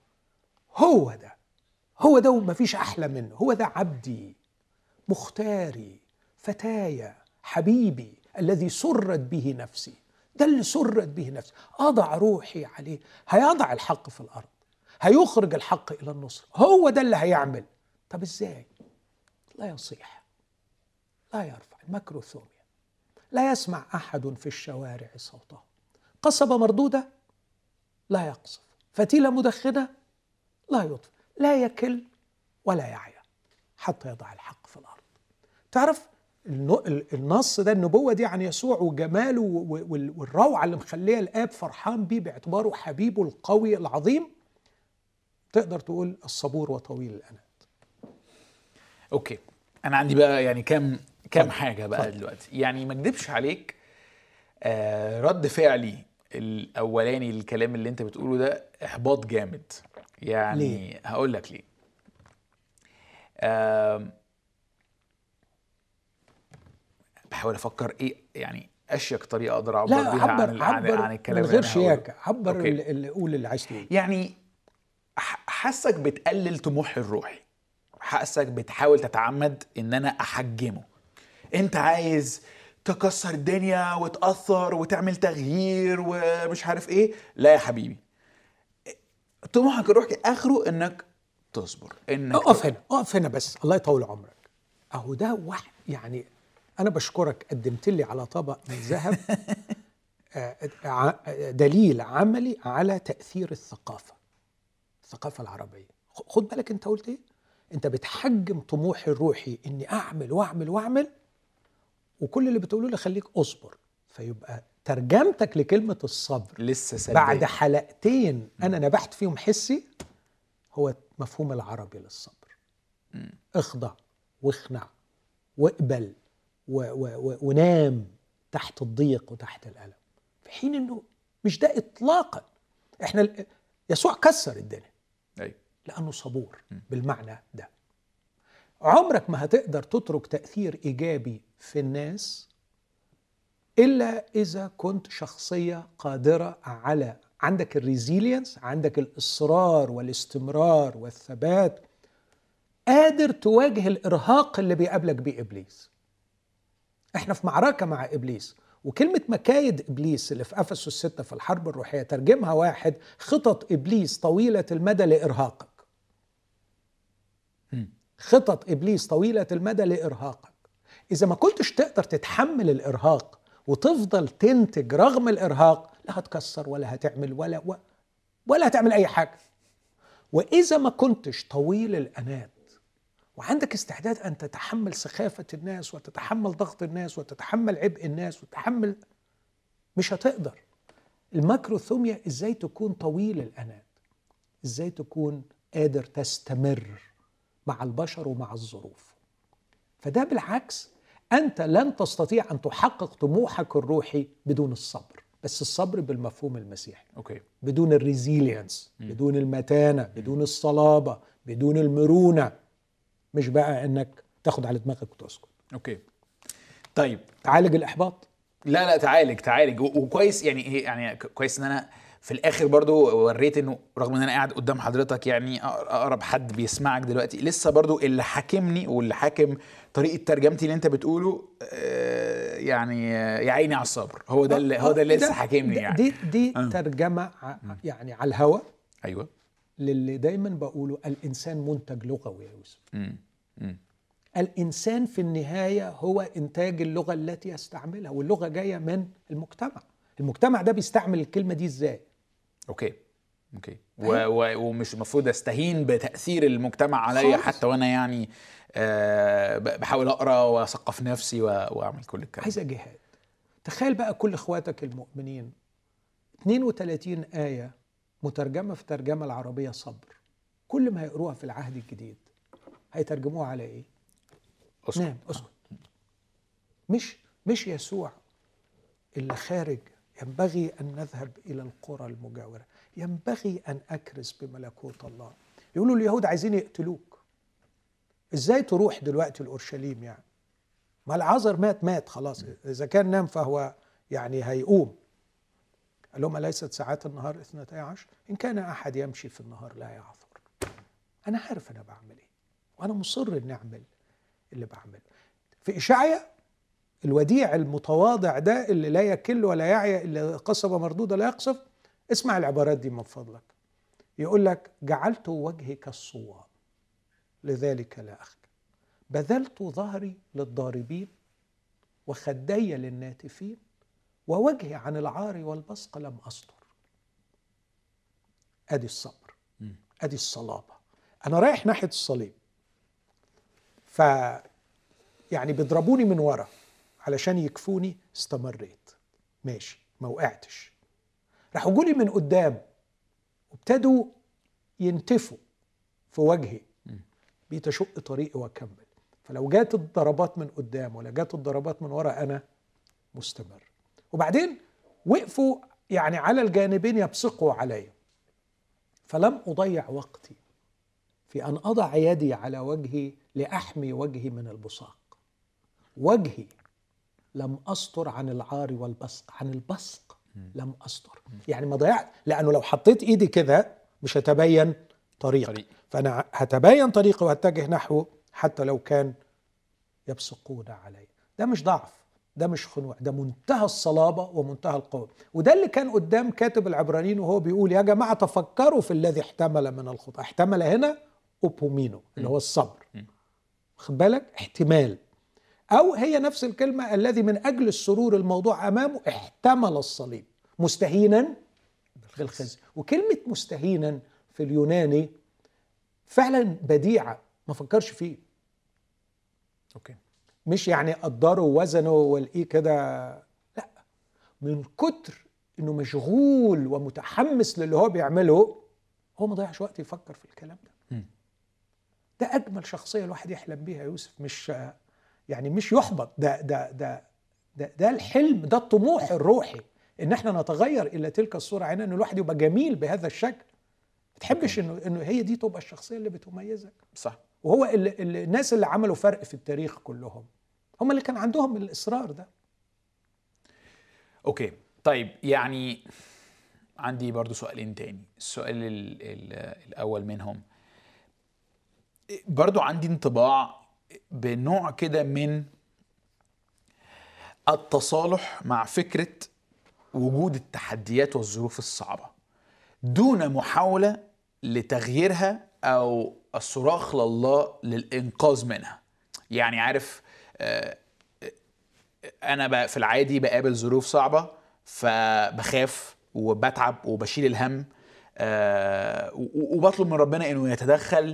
هو ده ومفيش أحلى منه، هو ده عبدي مختاري فتايا حبيبي الذي سرت به نفسي، ده اللي سرت به نفسي، أضع روحي عليه، هيضع الحق في الأرض، هيخرج الحق إلى النصر، هو ده اللي هيعمل. طب إزاي؟ لا يصيح، لا يرفع، الماكروثوميا، لا يسمع أحد في الشوارع صوته، قصبة مردودة لا يقصف، فتيلة مدخنة لا يطفئ، لا يكل ولا يعيا حتى يضع الحق في الأرض. تعرف النص ده، النبوة دي عن يسوع وجماله والروعة اللي مخليه الآب فرحان بيه باعتباره حبيبه القوي العظيم، تقدر تقول الصبور وطويل الأنات. اوكي، انا عندي بقى يعني كام حاجة بقى دلوقتي. يعني ما اكدبش عليك، رد فعلي الاولاني الكلام اللي انت بتقوله ده احباط جامد. يعني ليه؟ هقول لك ليه. بحاول افكر ايه يعني اشيك طريقه اقدر اعبر بيها عن الكلام من غير شياكه. عبر اللي قول اللي عايز تقوله. يعني حاسك بتقلل طموحي الروحي، حاسك بتحاول تتعمد ان انا احجمه. انت عايز تكسر الدنيا وتأثر وتعمل تغيير ومش عارف ايه. لا يا حبيبي، طموحك الروحي اخره انك تصبر، انك اقف هنا بس، الله يطول عمرك. اهو ده واحد، يعني أنا بشكرك قدمت لي على طبق من ذهب دليل عملي على تأثير الثقافة العربية. خد بالك أنت قلت إيه؟ أنت بتحجم طموحي الروحي إني أعمل وأعمل وأعمل، وكل اللي بتقوله لي خليك أصبر. فيبقى ترجمتك لكلمة الصبر لسه سلبية بعد حلقتين أنا نبحت فيهم حسي هو مفهوم العربي للصبر. اخضع واخنع واقبل ونام تحت الضيق وتحت الألم، في حين انه مش ده اطلاقا. احنا يسوع كسر الدنيا لانه صبور بالمعنى ده. عمرك ما هتقدر تترك تأثير إيجابي في الناس إلا إذا كنت شخصية قادرة على عندك الريزيلينس، عندك الإصرار والاستمرار والثبات، قادر تواجه الإرهاق اللي بيقابلك بيه إبليس. إحنا في معركة مع إبليس، وكلمة مكايد إبليس اللي في أفسس 6 في الحرب الروحية ترجمها واحد: خطط إبليس طويلة المدى لإرهاقك. خطط إبليس طويلة المدى لإرهاقك. إذا ما كنتش تقدر تتحمل الإرهاق وتفضل تنتج رغم الإرهاق، لا هتكسر ولا هتعمل ولا هتعمل أي حاجة. وإذا ما كنتش طويل الأنات وعندك استعداد أن تتحمل سخافة الناس وتتحمل ضغط الناس وتتحمل عبء الناس وتتحمل، مش هتقدر. الماكروثوميا إزاي تكون طويل الأنات، إزاي تكون قادر تستمر مع البشر ومع الظروف. فده بالعكس، أنت لن تستطيع أن تحقق طموحك الروحي بدون الصبر، بس الصبر بالمفهوم المسيحي. بدون الريزيلينس، بدون المتانة، بدون الصلابة، بدون المرونة. مش بقى أنك تاخد على دماغك وتسكت. طيب تعالج الإحباط؟ لا تعالج وكويس. يعني كويس ان انا في الاخر برضو وريت انه رغم ان انا قاعد قدام حضرتك، يعني اقرب حد بيسمعك دلوقتي، لسه برضو اللي حاكمني واللي حاكم طريقة ترجمتي اللي انت بتقوله يعني يا عيني على الصبر. هو ده اللي لسه حاكمني. يعني دي ترجمة يعني على الهوى. ايوه. للي دايما بقوله: الانسان منتج لغوي يا يوسف. الإنسان في النهاية هو إنتاج اللغة التي يستعملها، واللغة جاية من المجتمع ده بيستعمل الكلمة دي إزاي. أوكي. ومش المفروض أستهين بتأثير المجتمع عليا حتى وأنا يعني بحاول أقرأ وأثقف نفسي وأعمل كل الكلام. عايزة جهاد. تخيل بقى كل إخواتك المؤمنين 32 آية مترجمة في الترجمة العربية صبر، كل ما يقروها في العهد الجديد هيترجموها على إيه؟ نعم، اسكت. مش يسوع اللي خارج ينبغي أن نذهب إلى القرى المجاورة، ينبغي أن أكرز بملكوت الله. يقولوا اليهود عايزين يقتلوك، إزاي تروح دلوقتي لأورشليم؟ يعني ما العازر مات خلاص، إذا كان نام فهو يعني هيقوم. قال لهم: أليست ساعات النهار 12؟ إن كان أحد يمشي في النهار لا يعثر. أنا عارف أنا بعمل إيه، وأنا مصر إني أعمل اللي بعمله. في إشعيا الوديع المتواضع ده اللي لا يكل ولا يعي، اللي قصبة مردودة لا يقصف، اسمع العبارات دي من فضلك. يقول لك: جعلت وجهي كالصوام لذلك لا أخجل، بذلت ظهري للضاربين وخدي للناتفين، ووجهي عن العار والبصق لم أستر. أدي الصبر، أدي الصلابة. أنا رايح ناحية الصليب، يعني بيضربوني من ورا علشان يكفوني، استمريت ماشي، ما وقعتش. راحوا جولي من قدام وابتدوا ينتفوا في وجهي، بيتشق طريقي واكمل. فلو جات الضربات من قدام ولا جات الضربات من ورا أنا مستمر. وبعدين وقفوا يعني على الجانبين يبصقوا علي، فلم أضيع وقتي في أن أضع يدي على وجهي لأحمي وجهي من البصاق. وجهي لم أستر عن العار والبصق، عن البصق لم أستر. يعني ما ضيعت، لأنه لو حطيت إيدي كده مش هتبين طريق. فأنا هتبين طريقي وهتجه نحوه حتى لو كان يبصقون علي. ده مش ضعف، ده مش خنوع، ده منتهى الصلابة ومنتهى القوة. وده اللي كان قدام كاتب العبرانيين وهو بيقول: يا جماعة تفكروا في الذي احتمل من الخطأ. احتمل هنا أوبومينو اللي هو الصبر، خد بالك، احتمال. أو هي نفس الكلمة: الذي من أجل السرور الموضوع أمامه احتمل الصليب مستهينا بالخزي. وكلمة مستهينا في اليوناني فعلا بديعة، ما فكرش فيه. أوكي. مش يعني قدره ووزنه والإيه كده، لا، من كتر إنه مشغول ومتحمس للي هو بيعمله هو ما ضيعش وقت يفكر في الكلام ده. ده أجمل شخصية الواحد يحلم بيها يوسف، مش يعني مش يحبط. ده الحلم، ده الطموح الروحي، إن احنا نتغير إلى تلك الصورة عينها، إن الواحد يبقى جميل بهذا الشكل. ما تحبش إنه هي دي تبقى الشخصية اللي بتميزك. صح. وهو الناس اللي عملوا فرق في التاريخ كلهم هم اللي كان عندهم الإصرار ده. اوكي طيب، يعني عندي برضو سؤالين تاني. السؤال الأول منهم، برضو عندي انطباع بنوع كده من التصالح مع فكرة وجود التحديات والظروف الصعبة دون محاولة لتغييرها أو الصراخ لله للإنقاذ منها. يعني عارف، أنا في العادي بقابل ظروف صعبة فبخاف وبتعب وبشيل الهم، وبطلب من ربنا إنه يتدخل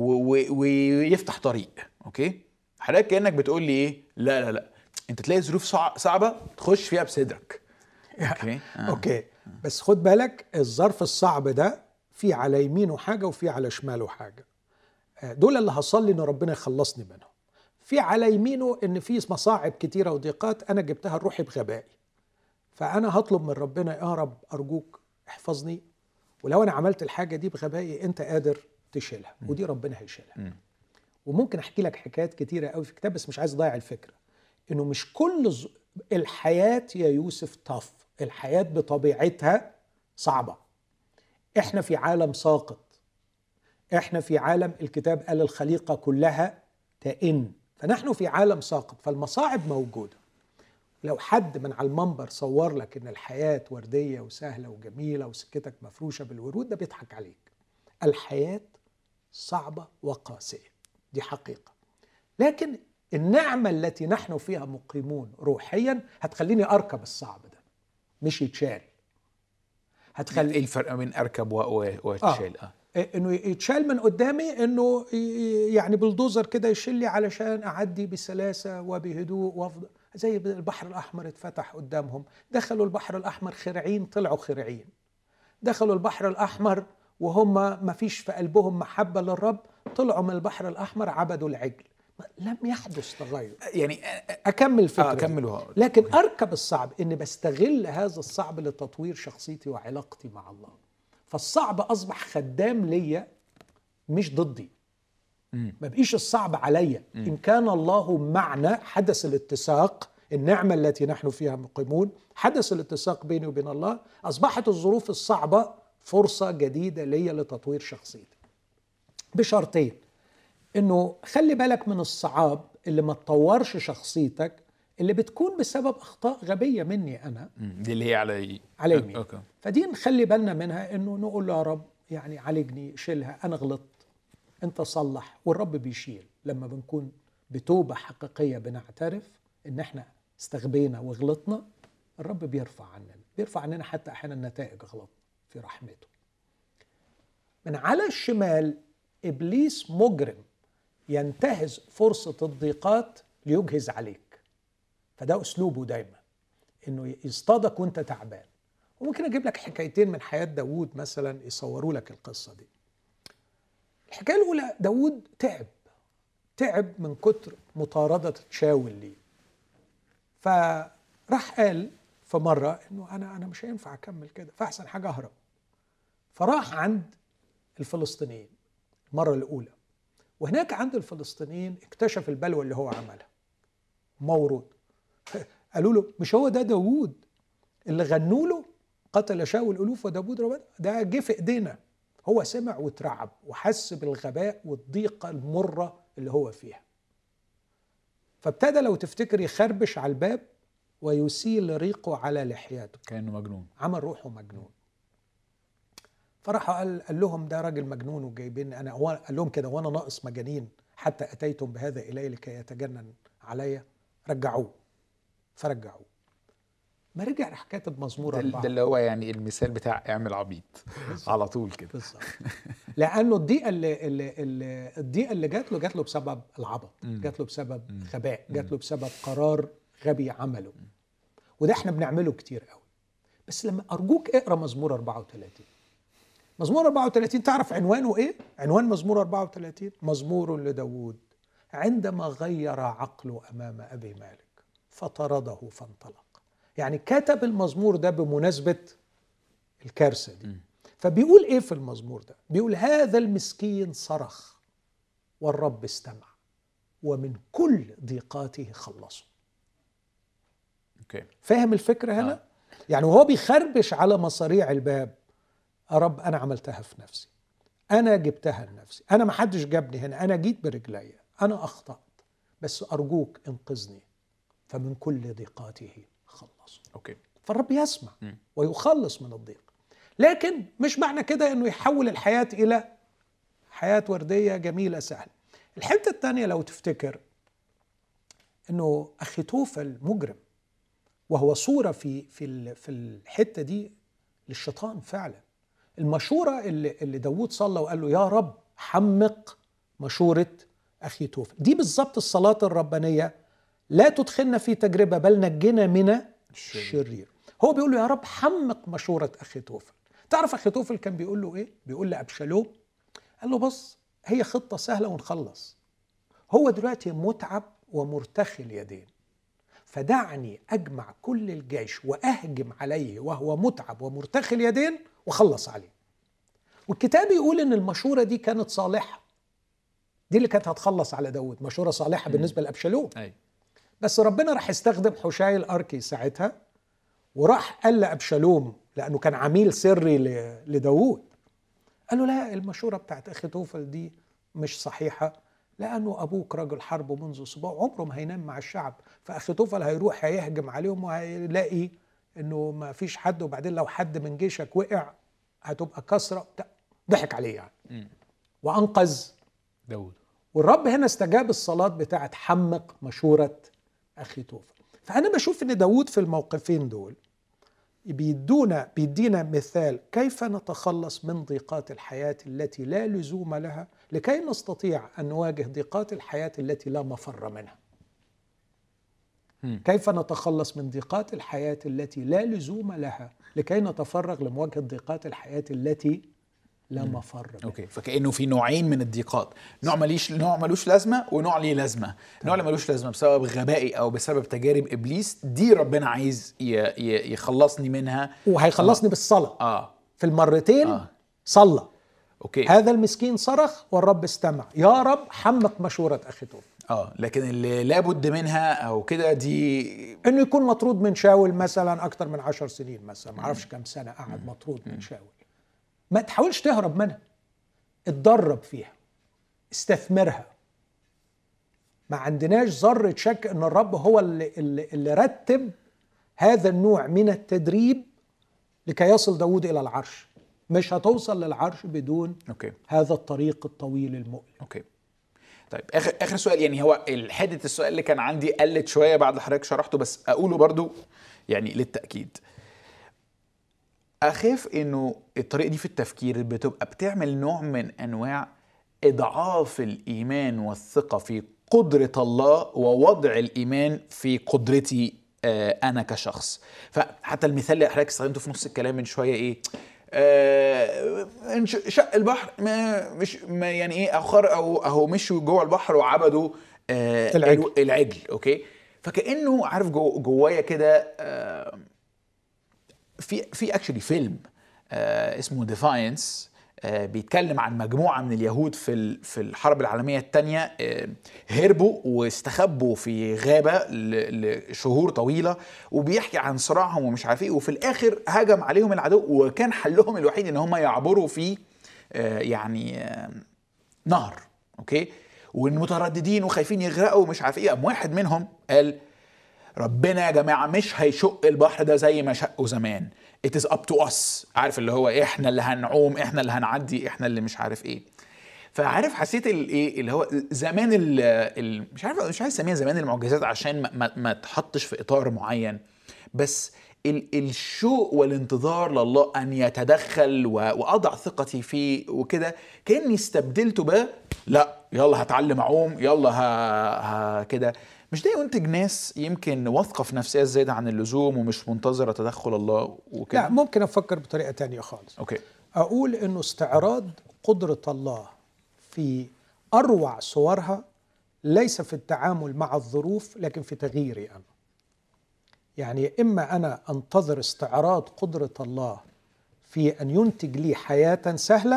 ويفتح طريق. أوكي، حضرتك كأنك بتقول لي إيه؟ لا لا لا، أنت تلاقي ظروف صعبة تخش فيها بصدرك. أوكي. أوكي، بس خد بالك الظرف الصعب ده في على يمينه حاجة وفي على شماله حاجة. دول اللي هصلي إن ربنا يخلصني منهم. في على يمينه إن في مصاعب كتيرة وضيقات أنا جبتها لروحي بغبائي، فأنا هطلب من ربنا يا رب أرجوك احفظني، ولو أنا عملت الحاجة دي بغبائي أنت قادر تشيلها، ودي ربنا هيشيلها. وممكن أحكي لك حكايات كتيرة قوي في كتاب، بس مش عايز أضيع الفكرة إنه مش كل الحياة يا يوسف طف، الحياة بطبيعتها صعبة. إحنا في عالم ساقط، إحنا في عالم الكتاب قال الخليقة كلها تئن، فنحن في عالم ساقط، فالمصاعب موجودة. لو حد من على المنبر صور لك إن الحياة وردية وسهلة وجميلة وسكتك مفروشة بالورود، ده بيضحك عليك. الحياة صعبة وقاسية، دي حقيقة. لكن النعمة التي نحن فيها مقيمون روحيا هتخليني أركب الصعب ده مش يتشال. هتخلي ايه الفرق بين أركب ويتشال؟ إنه يتشال من قدامي، إنه يعني بلدوزر كده يشيل لي علشان أعدي بسلاسة وبهدوء وافضل. زي البحر الأحمر اتفتح قدامهم، دخلوا البحر الأحمر خرعين طلعوا خرعين، دخلوا البحر الأحمر وهم ما فيش في قلبهم محبة للرب، طلعوا من البحر الأحمر عبدوا العجل. لم يحدث تغير. يعني أكمل فكرة أكمله. لكن أركب الصعب إني بستغل هذا الصعب لتطوير شخصيتي وعلاقتي مع الله. فالصعب أصبح خدام ليا مش ضدي. ما بقيش الصعب عليا. إن كان الله معنا حدث الاتساق، النعمة التي نحن فيها مقيمون، حدث الاتساق بيني وبين الله، أصبحت الظروف الصعبة فرصة جديدة ليا لتطوير شخصيتي بشرطين. إنه خلي بالك من الصعاب اللي ما تطورش شخصيتك، اللي بتكون بسبب أخطاء غبية مني أنا، دي اللي هي على يمين. فدي نخلي بالنا منها، إنه نقول له يا رب يعني عالجني، شيلها، أنا غلطت، أنت صلح. والرب بيشيل لما بنكون بتوبة حقيقية، بنعترف إن إحنا استغبينا وغلطنا، الرب بيرفع عننا حتى أحيانا نتائج غلط في رحمته. من على الشمال إبليس مجرم ينتهز فرصة الضيقات ليجهز عليك، فده أسلوبه دايما، إنه يصطادك وانت تعبان. وممكن أجيب لك حكايتين من حياة داود مثلا يصوروا لك القصة دي. الحكاية الأولى، داود تعب من كتر مطاردة شاول ليه، فراح قال في مرة إنه أنا مش هينفع أكمل كده، فأحسن حاجة أهرب. فراح عند الفلسطينيين المرة الأولى، وهناك عند الفلسطينيين اكتشف البلوى اللي هو عملها مورود. قالوا له مش هو ده داود اللي غنوا له قتل شاول ألوف وداود ربنا؟ ده جه في إيدينا. هو سمع وترعب وحس بالغباء والضيقة المرة اللي هو فيها، فابتدى لو تفتكر يخربش على الباب ويسيل ريقه على لحياته كأنه مجنون، عمل روحه مجنون. فراح قال لهم ده راجل مجنون وجايبين أنا، هو قال لهم كده وأنا ناقص مجانين حتى أتيتم بهذا إلي لكي يتجنن علي؟ رجعوه. فرجعوه. ما رجع راح كاتب مزمور 4. ده اللي هو يعني المثال بتاع اعمل عبيط على طول كده. بالظبط. لأنه الضيقة اللي جات له بسبب العبط، جات له بسبب غباء، جات له بسبب قرار غبي عمله. وده احنا بنعمله كتير قوي. بس لما أرجوك اقرأ مزمور 34. مزمور 34 تعرف عنوانه ايه؟ عنوان مزمور 34 مزمور لداود عندما غير عقله أمام أبي مالك فطرده فانطلق. يعني كتب المزمور ده بمناسبة الكارثة دي. فبيقول ايه في المزمور ده؟ بيقول هذا المسكين صرخ والرب استمع ومن كل ضيقاته خلصه. فاهم الفكرة هنا؟ يعني وهو بيخربش على مصاريع الباب، يا رب أنا عملتها في نفسي، أنا جبتها لنفسي، أنا ما حدش جابني هنا، أنا جيت برجلي، أنا أخطأت، بس أرجوك انقذني، فمن كل ضيقاته خلص. فالرب يسمع ويخلص من الضيق، لكن مش معنى كده أنه يحول الحياة إلى حياة وردية جميلة سهلة. الحتة الثانية لو تفتكر أنه أخيتوفل مجرم، وهو صورة في الحتة دي للشيطان فعلا. المشورة اللي داود صلى وقال له يا رب حمق مشورة أخيتوفل، دي بالضبط الصلاة الربانية، لا تدخلنا في تجربة بل نجنا من الشرير. هو بيقول له يا رب حمق مشورة أخيتوفل. تعرف أخيتوفل كان بيقول له إيه؟ بيقول لأبشالوم، قال له بص هي خطة سهلة ونخلص، هو دلوقتي متعب ومرتخي اليدين، فدعني أجمع كل الجيش وأهجم عليه وهو متعب ومرتخي اليدين وخلص عليه. والكتاب يقول إن المشورة دي كانت صالحة، دي اللي كانت هتخلص على داود، مشورة صالحة بالنسبة لأبشالوم. بس ربنا راح يستخدم حشاي الأركي ساعتها، وراح قال لأبشالوم لأنه كان عميل سري لداود، قال له لا المشورة بتاعت أخيتوفل دي مش صحيحة، لأنه أبوك رجل حرب منذ صباح، عمره ما هينام مع الشعب، فأخيتوفل هيروح هيهجم عليهم وهيلاقي إنه ما فيش حد، وبعدين لو حد من جيشك وقع هتبقى كسرة. ضحك عليه يعني وأنقذ داود. والرب هنا استجاب الصلاة بتاعت حمق مشورة أخيتوفل. فأنا بشوف إن داود في الموقفين دول بيدينا مثال كيف نتخلص من ضيقات الحياة التي لا لزوم لها، لكي نستطيع أن نواجه ضيقات الحياة التي لا مفر منها. كيف نتخلص من ضيقات الحياة التي لا لزوم لها لكي نتفرغ لمواجهة ضيقات الحياة التي لا مفر منها. فكأنه في نوعين من الضيقات، نوع ملوش لازمة ونوع ليه لازمة. النوع اللي ملوش لازمة بسبب غبائي أو بسبب تجارب إبليس، دي ربنا عايز يخلصني منها، وهيخلصني بالصلاة. في المرتين صلى. هذا المسكين صرخ والرب استمع، يا رب حمق مشورة أخيتوفل. لكن اللي لابد منها أو كده دي إنه يكون مطرود من شاول مثلا أكتر من 10 سنين مثلا، معرفش كم سنة قعد مطرود من شاول. ما تحاولش تهرب منها، اتدرب فيها، استثمرها. ما عندناش ذرة شك ان الرب هو اللي رتب هذا النوع من التدريب لكي يصل داود الى العرش. مش هتوصل للعرش بدون هذا الطريق الطويل المؤلم. طيب اخر سؤال، يعني هو حدة السؤال اللي كان عندي قلت شوية بعد حضرتك شرحته، بس اقوله برضو يعني للتأكيد. أخاف إنه الطريقة دي في التفكير بتبقى بتعمل نوع من أنواع إضعاف الإيمان والثقة في قدرة الله ووضع الإيمان في قدرتي أنا كشخص. فحتى المثال اللي حضرتك استخدمته في نص الكلام من شوية إيه؟ شق البحر يعني إيه، أخر أو مشوا جوه البحر وعبدوا العجل. أوكي، فكأنه عارف جوايا كده في اكشلي فيلم اسمه ديفاينس، بيتكلم عن مجموعة من اليهود في الحرب العالمية الثانية، هربوا واستخبوا في غابة لشهور طويلة، وبيحكي عن صراعهم ومش عارف ايه، وفي الاخر هجم عليهم العدو، وكان حلهم الوحيد ان هم يعبروا في يعني نهر. اوكي، والمترددين وخايفين يغرقوا ومش عارف ايه، واحد منهم قال ربنا يا جماعة مش هيشق البحر ده زي ما شقه زمان. It is up to us. عارف اللي هو احنا اللي هنعوم، احنا اللي هنعدي، احنا اللي مش عارف ايه. فعارف حسيت الايه اللي هو زمان مش عايز اسميها زمان المعجزات عشان ما تحطش في اطار معين، بس الشوق والانتظار لله ان يتدخل واضع ثقتي فيه وكده، كاني استبدلته لا يلا هتعلم اعوم، يلا كده. مش ده ينتج ناس يمكن واثقه في نفسها زياده عن اللزوم ومش منتظره تدخل الله وكده؟ لا، ممكن افكر بطريقه تانية خالص. اقول انه استعراض قدره الله في اروع صورها ليس في التعامل مع الظروف، لكن في تغييري انا. يعني اما انا انتظر استعراض قدره الله في ان ينتج لي حياه سهله،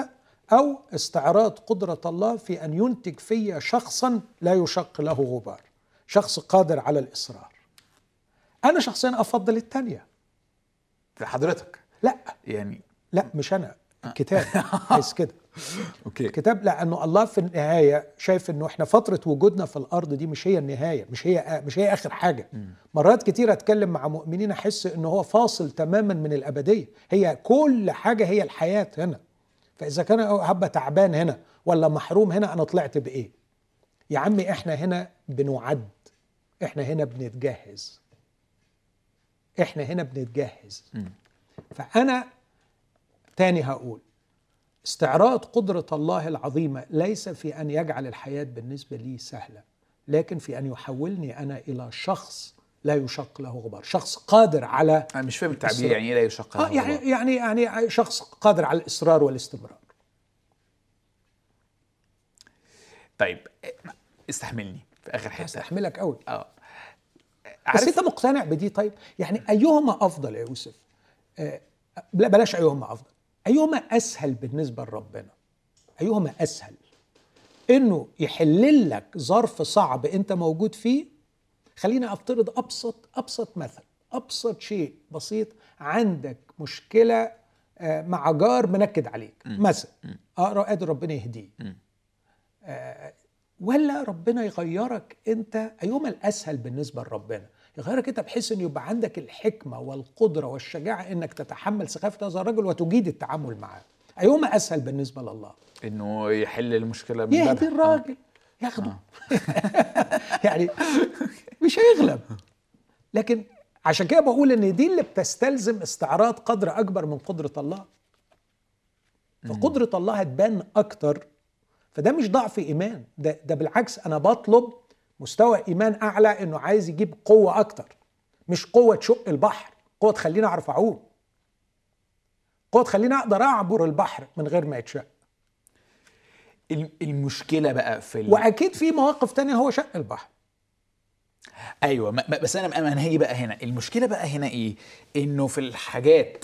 أو استعراض قدرة الله في أن ينتج في شخصا لا يشق له غبار، شخص قادر على الإصرار. أنا شخصيا أفضل الثانية. حضرتك لا يعني لا مش أنا، الكتاب عايز كده. اوكي. الكتاب لأنه الله في النهاية شايف أنه إحنا فترة وجودنا في الأرض دي مش هي النهاية، مش هي آخر حاجة. مرات كتير أتكلم مع مؤمنين أحس أنه هو فاصل تماما من الأبدية، هي كل حاجة هي الحياة هنا. فإذا كان هبة تعبان هنا ولا محروم هنا، أنا طلعت بإيه؟ يا عمي إحنا هنا بنعد، إحنا هنا بنتجهز، إحنا هنا بنتجهز. فأنا تاني هقول استعراض قدرة الله العظيمة ليس في أن يجعل الحياة بالنسبة لي سهلة، لكن في أن يحولني أنا إلى شخص لا يشق له غبار، شخص قادر على انا مش فاهم التعبير يعني ايه لا يشق له غبار. يعني شخص قادر على الإصرار والاستمرار. طيب استحملني في اخر حته. استحملك قوي. عارف بس انت مقتنع بدي؟ طيب يعني ايهما افضل يا يوسف؟ لا بلاش ايهما افضل، ايهما اسهل بالنسبه لربنا؟ ايهما اسهل؟ انه يحلل لك ظرف صعب انت موجود فيه. خلينا افترض ابسط مثل، ابسط شيء بسيط. عندك مشكله مع جار منكد عليك مثلا، قادر ربنا يهديه، ولا ربنا يغيرك انت؟ ايهما الاسهل بالنسبه لربنا؟ يغيرك انت بحيث ان يبقى عندك الحكمه والقدره والشجاعه انك تتحمل سخافه هذا الرجل وتجيد التعامل معاه. ايهما اسهل بالنسبه لله؟ انه يحل المشكله من يهدي الراجل ياخده. يعني مش هيغلب. لكن عشان كده بقول ان دي اللي بتستلزم استعراض قدر اكبر من قدره الله. فقدره الله هتبان اكتر. فده مش ضعف إيمان، ده بالعكس، أنا بطلب مستوى إيمان أعلى، إنه عايز يجيب قوة أكتر، مش قوة تشق البحر، قوة تخليني أعرف أعوم، قوة تخليني أقدر أعبر البحر من غير ما يتشق. المشكلة بقى في وأكيد في مواقف تانية هو شق البحر. أيوة، بس أنا هي بقى هنا المشكلة بقى هنا إيه؟ إنه في الحاجات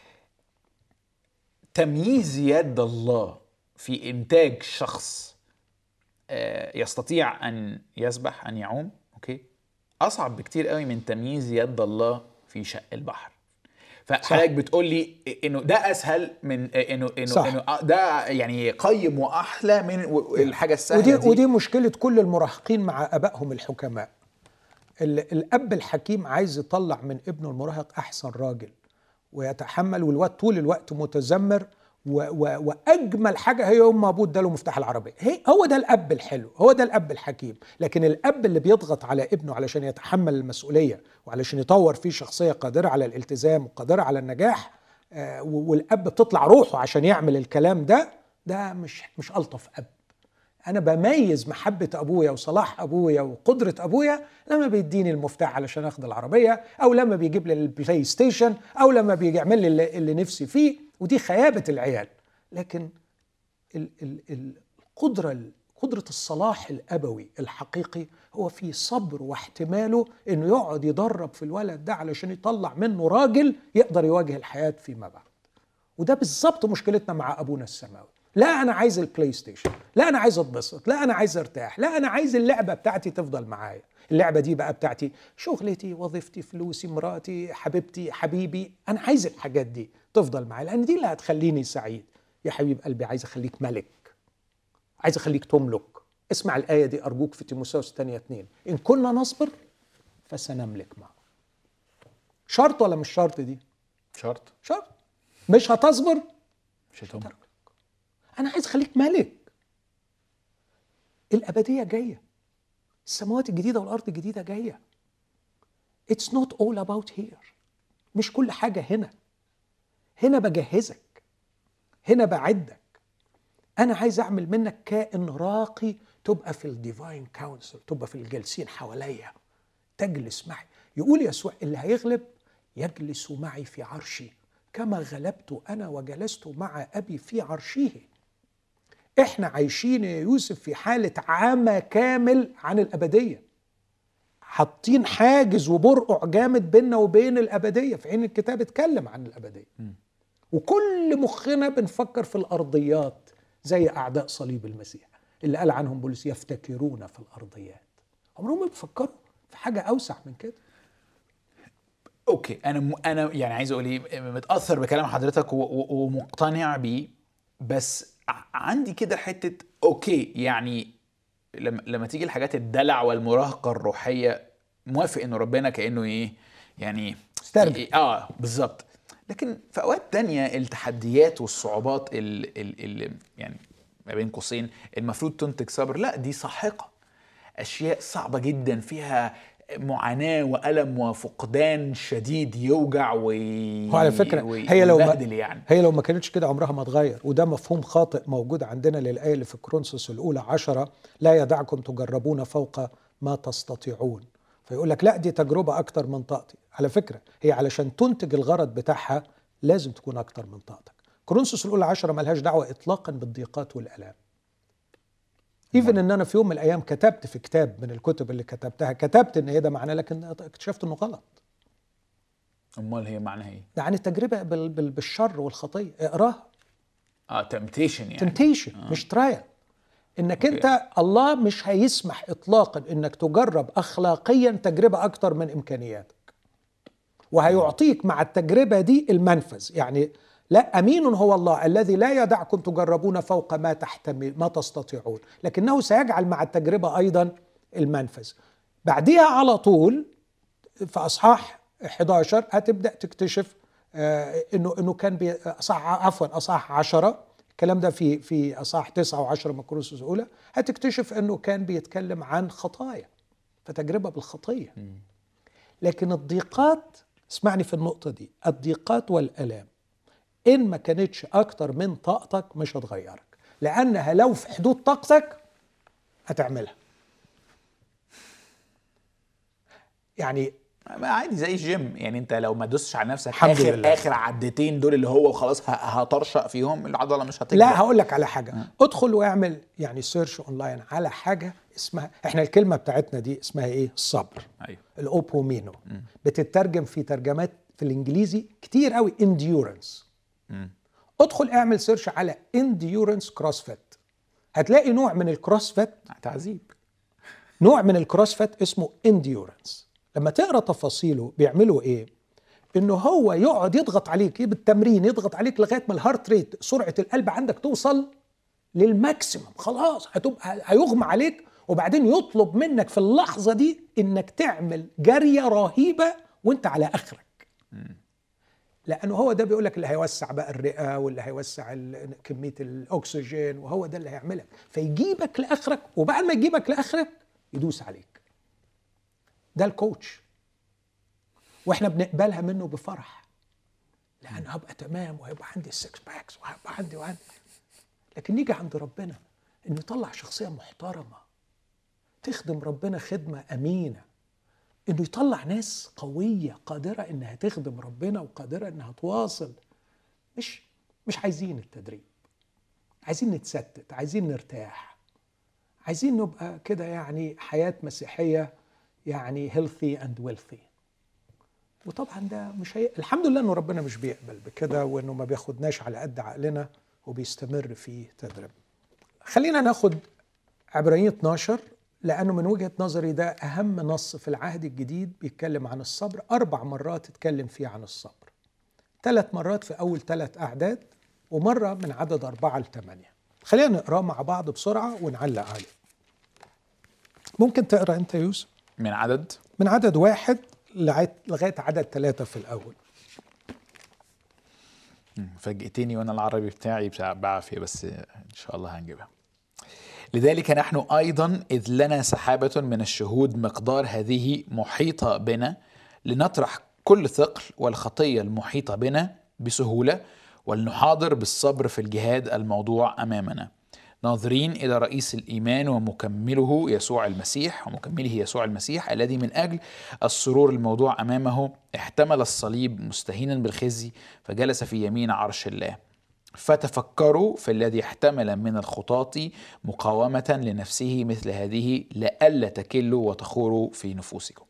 تمييز يد الله في إنتاج شخص يستطيع أن يسبح، أن يعوم، أوكي، أصعب بكتير قوي من تمييز يد الله في شق البحر. فحضرتك بتقول لي إنه ده أسهل من إنه ده يعني قيم وأحلى من الحاجة السهلة دي. ودي مشكلة كل المراهقين مع أبائهم الحكماء. الأب الحكيم عايز يطلع من ابنه المراهق أحسن راجل ويتحمل، والوقت طول الوقت متذمر، واجمل حاجه هي يوم ما ابوه اداله مفتاح العربيه. هو ده الاب الحلو، هو ده الاب الحكيم. لكن الاب اللي بيضغط على ابنه علشان يتحمل المسؤوليه وعلشان يطور فيه شخصيه قادره على الالتزام وقادره على النجاح، والاب بتطلع روحه عشان يعمل الكلام ده مش الطف اب. انا بميز محبه ابويا وصلاح ابويا وقدره ابويا لما بيديني المفتاح علشان اخد العربيه، او لما بيجيب لي البلاي ستيشن، او لما بيعمل لي اللي نفسي فيه. ودي خيابه العيال. لكن قدره الصلاح الابوي الحقيقي هو في صبر واحتماله انه يقعد يدرب في الولد ده علشان يطلع منه راجل يقدر يواجه الحياه فيما بعد. وده بالظبط مشكلتنا مع ابونا السماوي. لا انا عايز البلاي ستيشن، لا انا عايز اتبسط، لا انا عايز ارتاح، لا انا عايز اللعبه بتاعتي تفضل معايا. اللعبه دي بقى بتاعتي، شغلتي، وظيفتي، فلوسي، مراتي، حبيبتي، حبيبي. انا عايز الحاجات دي تفضل معايا لان دي اللي هتخليني سعيد. يا حبيب قلبي، عايز اخليك ملك، عايز اخليك تملك. اسمع الايه دي ارجوك في تيموثاوس 2:2، ان كنا نصبر فسنملك معه. شرط ولا مش شرط دي؟ شرط. مش هتصبر مش هتملك. أنا عايز أخليك ملك. الأبدية جاية، السماوات الجديدة والأرض الجديدة جاية. It's not all about here. مش كل حاجة هنا بجهزك، هنا بعدك. أنا عايز أعمل منك كائن راقي، تبقى في الديفاين كونسل، تبقى في الجالسين حواليا، تجلس معي. يقول يسوع اللي هيغلب يجلس معي في عرشي كما غلبت أنا وجلست مع أبي في عرشه. إحنا عايشين يا يوسف في حالة عمى كامل عن الأبدية، حاطين حاجز وبرقع جامد بيننا وبين الأبدية، في حين الكتاب اتكلم عن الأبدية. وكل مخنا بنفكر في الأرضيات، زي أعداء صليب المسيح اللي قال عنهم بولس يفتكرون في الأرضيات. عمرهم ما بيفكروا في حاجة أوسع من كده. اوكي، انا يعني عايز اقول ايه، متاثر بكلام حضرتك ومقتنع بيه، بس عندي كده حته اوكي يعني لما تيجي الحاجات الدلع والمراهقه الروحيه، موافق انه ربنا كانه ايه يعني استرجل. بالظبط. لكن في اوقات تانية التحديات والصعوبات اللي يعني ما بين قوسين المفروض تنتج صبر، لا دي ساحقه، اشياء صعبه جدا فيها معاناه والم وفقدان شديد يوجع وعلى فكرة ويبهدل يعني. هي لو ما كانتش كده عمرها ما تغير. وده مفهوم خاطئ موجود عندنا للآية اللي في كورنثوس الأولى 10: لا يدعكم تجربون فوق ما تستطيعون. فيقول لك لا دي تجربة أكتر من طاقتي. على فكرة هي علشان تنتج الغرض بتاعها لازم تكون أكتر من طاقتك. كورنثوس الأولى 10 ملهاش دعوة إطلاقا بالضيقات والآلام. إيفن إن أنا في يوم من الأيام كتبت في كتاب من الكتب اللي كتبتها، كتبت إن هي ده معناه، لكن اكتشفت إنه غلط. امال هي معناها ايه؟ يعني تجربة بالشر والخطية، اقراها. تمتيشن يعني، تمتيشن مش ترايل. انك انت الله مش هيسمح اطلاقا انك تجرب اخلاقيا تجربة اكتر من امكانياتك، وهيعطيك مع التجربة دي المنفذ. يعني لا، امين هو الله الذي لا يدعكم تجربون فوق ما تحتمل ما تستطيعون، لكنه سيجعل مع التجربة ايضا المنفذ. بعديها على طول في اصحاح 11 هتبدأ تكتشف انه كان اصحاح 10، الكلام ده في اصحاح 9 و10 من كورنثوس الاولى، هتكتشف انه كان بيتكلم عن خطايا، فتجربة بالخطية. لكن الضيقات، اسمعني في النقطة دي، الضيقات والآلام إن ما كانتش أكتر من طاقتك مش هتغيرك، لأنها لو في حدود طاقتك هتعملها. يعني عادي زي الجيم يعني، انت لو ما دوستش على نفسك اخر عدتين دول اللي هو وخلاص هترشق فيهم، العضله مش هتكبر. لا، هقول لك على حاجه. ادخل واعمل يعني سيرش اونلاين على حاجه اسمها، احنا الكلمه بتاعتنا دي اسمها ايه؟ الصبر. ايوه، الاوبومينو. بتترجم في ترجمات في الانجليزي كتير قوي انديورنس. ادخل اعمل سيرش على انديورنس كروسفيت، هتلاقي نوع من الكروسفيت تعذيب، نوع من الكروسفيت اسمه انديورنس. لما تقرا تفاصيله بيعملوا ايه؟ انه هو يقعد يضغط عليك بالتمرين، يضغط عليك لغايه ما الهارت ريت، سرعه القلب عندك توصل للماكسيمم، خلاص هتبقى هيغمى عليك، وبعدين يطلب منك في اللحظه دي انك تعمل جريه رهيبه وانت على اخرك. لانه هو ده بيقول لك اللي هيوسع بقى الرئه، واللي هيوسع كميه الاكسجين، وهو ده اللي هيعملك فيجيبك لاخرك، وبعد ما يجيبك لاخرك يدوس عليك. ده الكوتش، واحنا بنقبلها منه بفرح، لان هبقى تمام وهيبقى عندي السكس باكس وهيبقى عندي. لكن نيجي عند ربنا انه يطلع شخصيه محترمه تخدم ربنا خدمه امينه، انه يطلع ناس قويه قادره انها تخدم ربنا وقادره انها تواصل. مش عايزين التدريب، عايزين نتستت، عايزين نرتاح، عايزين نبقى كده يعني حياه مسيحيه يعني healthy and wealthy. وطبعا ده مش الحمد لله انه ربنا مش بيقبل بكده، وانه ما بياخدناش على قد عقلنا وبيستمر في تدريب. خلينا ناخد عبرانيين 12، لانه من وجهة نظري ده اهم نص في العهد الجديد بيتكلم عن الصبر. 4 مرات اتكلم فيه عن الصبر، 3 مرات في اول 3 اعداد، ومرة من عدد 4 ل8. خلينا نقراه مع بعض بسرعة ونعلق عليه. ممكن تقرأ انت يا يوسف من عدد 1 لغاية عدد 3 في الأول. فاجئتني وأنا العربي بتاعي بعافية، بس إن شاء الله هنجيبها. لذلك نحن أيضا إذ لنا سحابة من الشهود مقدار هذه محيطة بنا، لنطرح كل ثقل والخطية المحيطة بنا بسهولة، ولنحاضر بالصبر في الجهاد الموضوع أمامنا، ناظرين إلى رئيس الإيمان ومكمله يسوع المسيح الذي من أجل السرور الموضوع أمامه احتمل الصليب مستهينا بالخزي، فجلس في يمين عرش الله. فتفكروا في الذي احتمل من الخطاة مقاومة لنفسه مثل هذه، لئلا تكلوا وتخوروا في نفوسكم.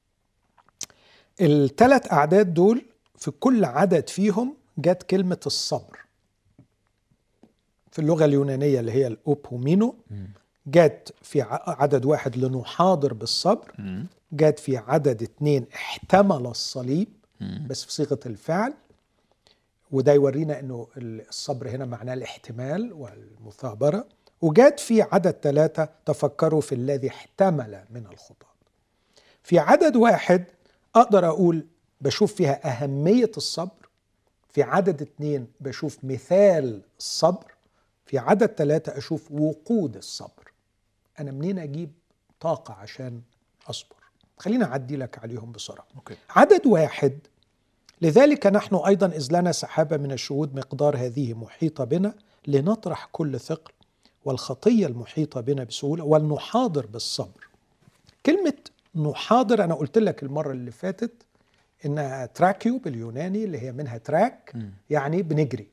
ال3 أعداد دول في كل عدد فيهم جت كلمة الصبر. في اللغة اليونانية اللي هي الأوبومينو، جات في عدد 1 لنحاضر بالصبر، جات في عدد 2 احتمل الصليب بس في صيغة الفعل، وده يورينا انه الصبر هنا معناه الاحتمال والمثابرة، وجات في عدد 3 تفكروا في الذي احتمل من الخطاب. في عدد 1 أقدر أقول بشوف فيها أهمية الصبر، في عدد 2 بشوف مثال الصبر، في عدد 3 أشوف وقود الصبر. أنا منين أجيب طاقة عشان أصبر؟ خلينا أعدي لك عليهم بسرعة. عدد 1: لذلك نحن أيضا إذ لنا سحابة من الشهود مقدار هذه محيطة بنا لنطرح كل ثقل والخطية المحيطة بنا بسهولة ولنحاضر بالصبر. كلمة نحاضر أنا قلت لك المرة اللي فاتت إنها تراكيو باليوناني، اللي هي منها تراك يعني بنجري.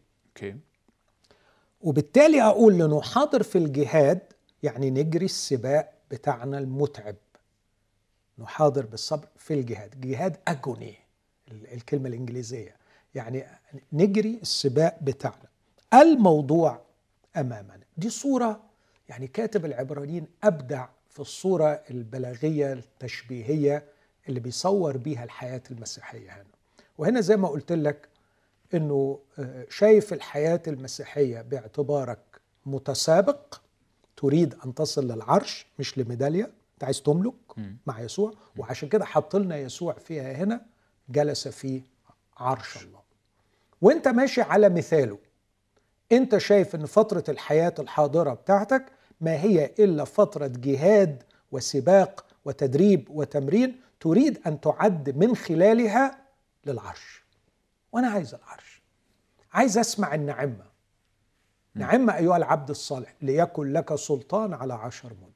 وبالتالي أقول لنحاضر في الجهاد يعني نجري السباق بتاعنا المتعب. نحاضر بالصبر في الجهاد، جهاد أجوني الكلمة الإنجليزية، يعني نجري السباق بتاعنا. الموضوع أمامنا. دي صورة يعني كاتب العبرانيين أبدع في الصورة البلاغية التشبيهية اللي بيصور بيها الحياة المسيحية هنا. وهنا زي ما قلت لك إنه شايف الحياة المسيحية باعتبارك متسابق تريد أن تصل للعرش مش لميدالية، أنت عايز تملك مع يسوع، وعشان كده حط لنا يسوع فيها هنا جلس في عرش الله. وانت ماشي على مثاله، انت شايف ان فترة الحياة الحاضرة بتاعتك ما هي إلا فترة جهاد وسباق وتدريب وتمرين تريد أن تعد من خلالها للعرش. وأنا عايز العرش، عايز أسمع النعمة. نعمة أيها العبد الصالح ليكن لك سلطان على 10 مدن.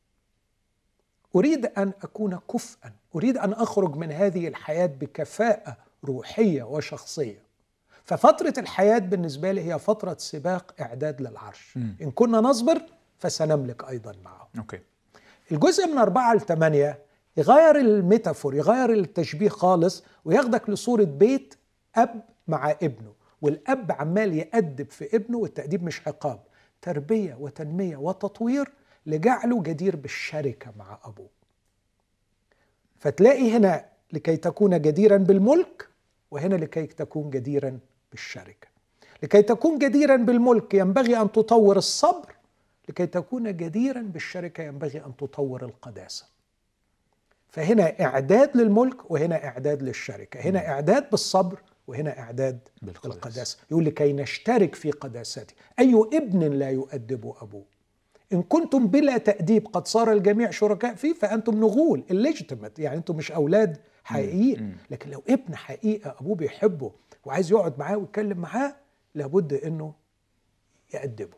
أريد أن أكون كفءا، أريد أن أخرج من هذه الحياة بكفاءة روحية وشخصية. ففترة الحياة بالنسبة لي هي فترة سباق إعداد للعرش. إن كنا نصبر فسنملك أيضا معه. الجزء من 4 ل8 يغير الميتافور، يغير التشبيه خالص، وياخدك لصورة بيت أب مع ابنه، والأب عمال يأدب في ابنه، والتأديب مش عقاب، تربية وتنمية وتطوير لجعله جدير بالشركة مع أبوه. فتلاقي هنا لكي تكون جديرا بالملك، وهنا لكي تكون جديرا بالشركة. لكي تكون جديرا بالملك ينبغي أن تطور الصبر، لكي تكون جديرا بالشركة ينبغي أن تطور القداسة. فهنا إعداد للملك وهنا إعداد للشركة، هنا إعداد بالصبر وهنا إعداد بالقداسة. يقول لكي نشترك في قداسته. أي ابن لا يؤدب أبوه؟ إن كنتم بلا تأديب قد صار الجميع شركاء فيه فأنتم نغول الليجيتيمت، يعني أنتم مش أولاد حقيقيين. لكن لو ابن حقيقة أبوه بيحبه وعايز يقعد معاه ويتكلم معاه لابد أنه يأدبه.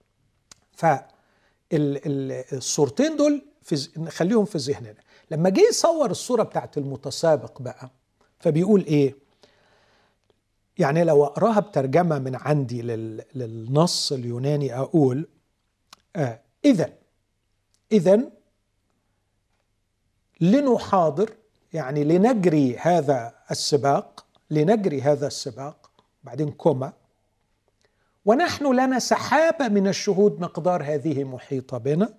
فالصورتين دول نخليهم في ذهننا. لما جه يصور الصورة بتاعت المتسابق بقى فبيقول إيه؟ يعني لو أقراها بترجمة من عندي للنص اليوناني أقول إذن لنحاضر، يعني لنجري هذا السباق، لنجري هذا السباق، بعدين كوما، ونحن لنا سحابة من الشهود مقدار هذه محيطة بنا،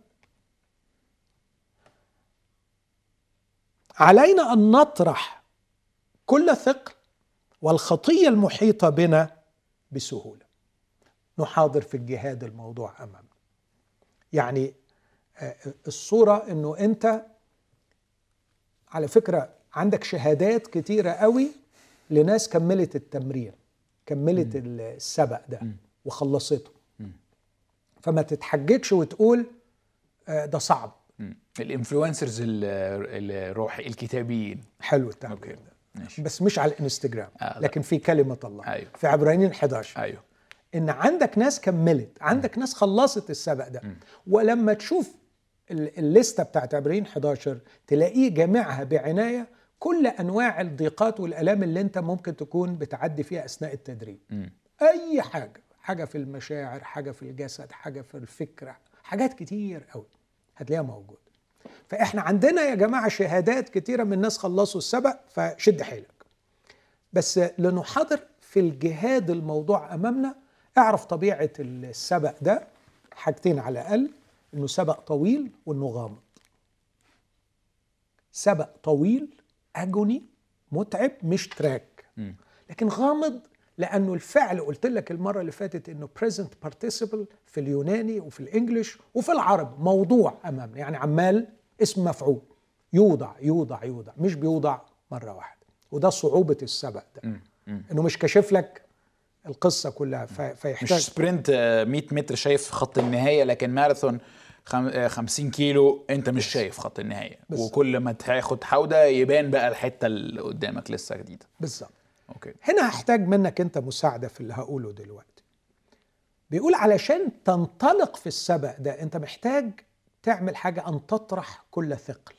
علينا أن نطرح كل ثقل والخطية المحيطة بنا بسهولة. نحاضر في الجهاد، الموضوع أمامنا. يعني الصورة أنه أنت على فكرة عندك شهادات كتيرة قوي لناس كملت التمرين، كملت السبق ده وخلصته، فما تتحججش وتقول ده صعب. الانفلونسرز الروحي الكتابيين، حلو التعبير ده، بس مش على الانستجرام، لكن في كلمة الله. أيوه. في عبرانيين 11 أيوه. إن عندك ناس كملت، عندك ناس خلصت السبق ده. ولما تشوف الليستة بتاعت عبرانيين 11 تلاقيه جمعها بعناية كل أنواع الضيقات والألام اللي أنت ممكن تكون بتعدي فيها أثناء التدريب. أي حاجة في المشاعر، حاجة في الجسد، حاجة في الفكرة، حاجات كتير قوي هتلاقيها موجود. فإحنا عندنا يا جماعة شهادات كتيرة من الناس خلصوا السبق، فشد حيلك. بس لنحاضر في الجهاد، الموضوع أمامنا. اعرف طبيعة السبق ده حاجتين على الأقل، إنه سبق طويل وإنه غامض. سبق طويل أجوني متعب مش تراك، لكن غامض لأنه الفعل قلت لك المرة اللي فاتت إنه present participle في اليوناني وفي الإنجليش وفي العرب موضوع أمامنا، يعني عمال اسم مفعول يوضع يوضع يوضع، مش بيوضع مرة واحدة. وده صعوبة السبق ده، إنه مش كشف لك القصة كلها، فيحتاج مش سبرنت 100 متر شايف خط النهاية، لكن ماراثون 50 كيلو انت مش شايف خط النهاية، وكل ما تاخد حودة يبان بقى الحتة اللي قدامك لسه جديدة. بالظبط. اوكي. هنا هحتاج منك انت مساعدة في اللي هقوله دلوقتي. بيقول علشان تنطلق في السبق ده انت محتاج تعمل حاجة، ان تطرح كل ثقل.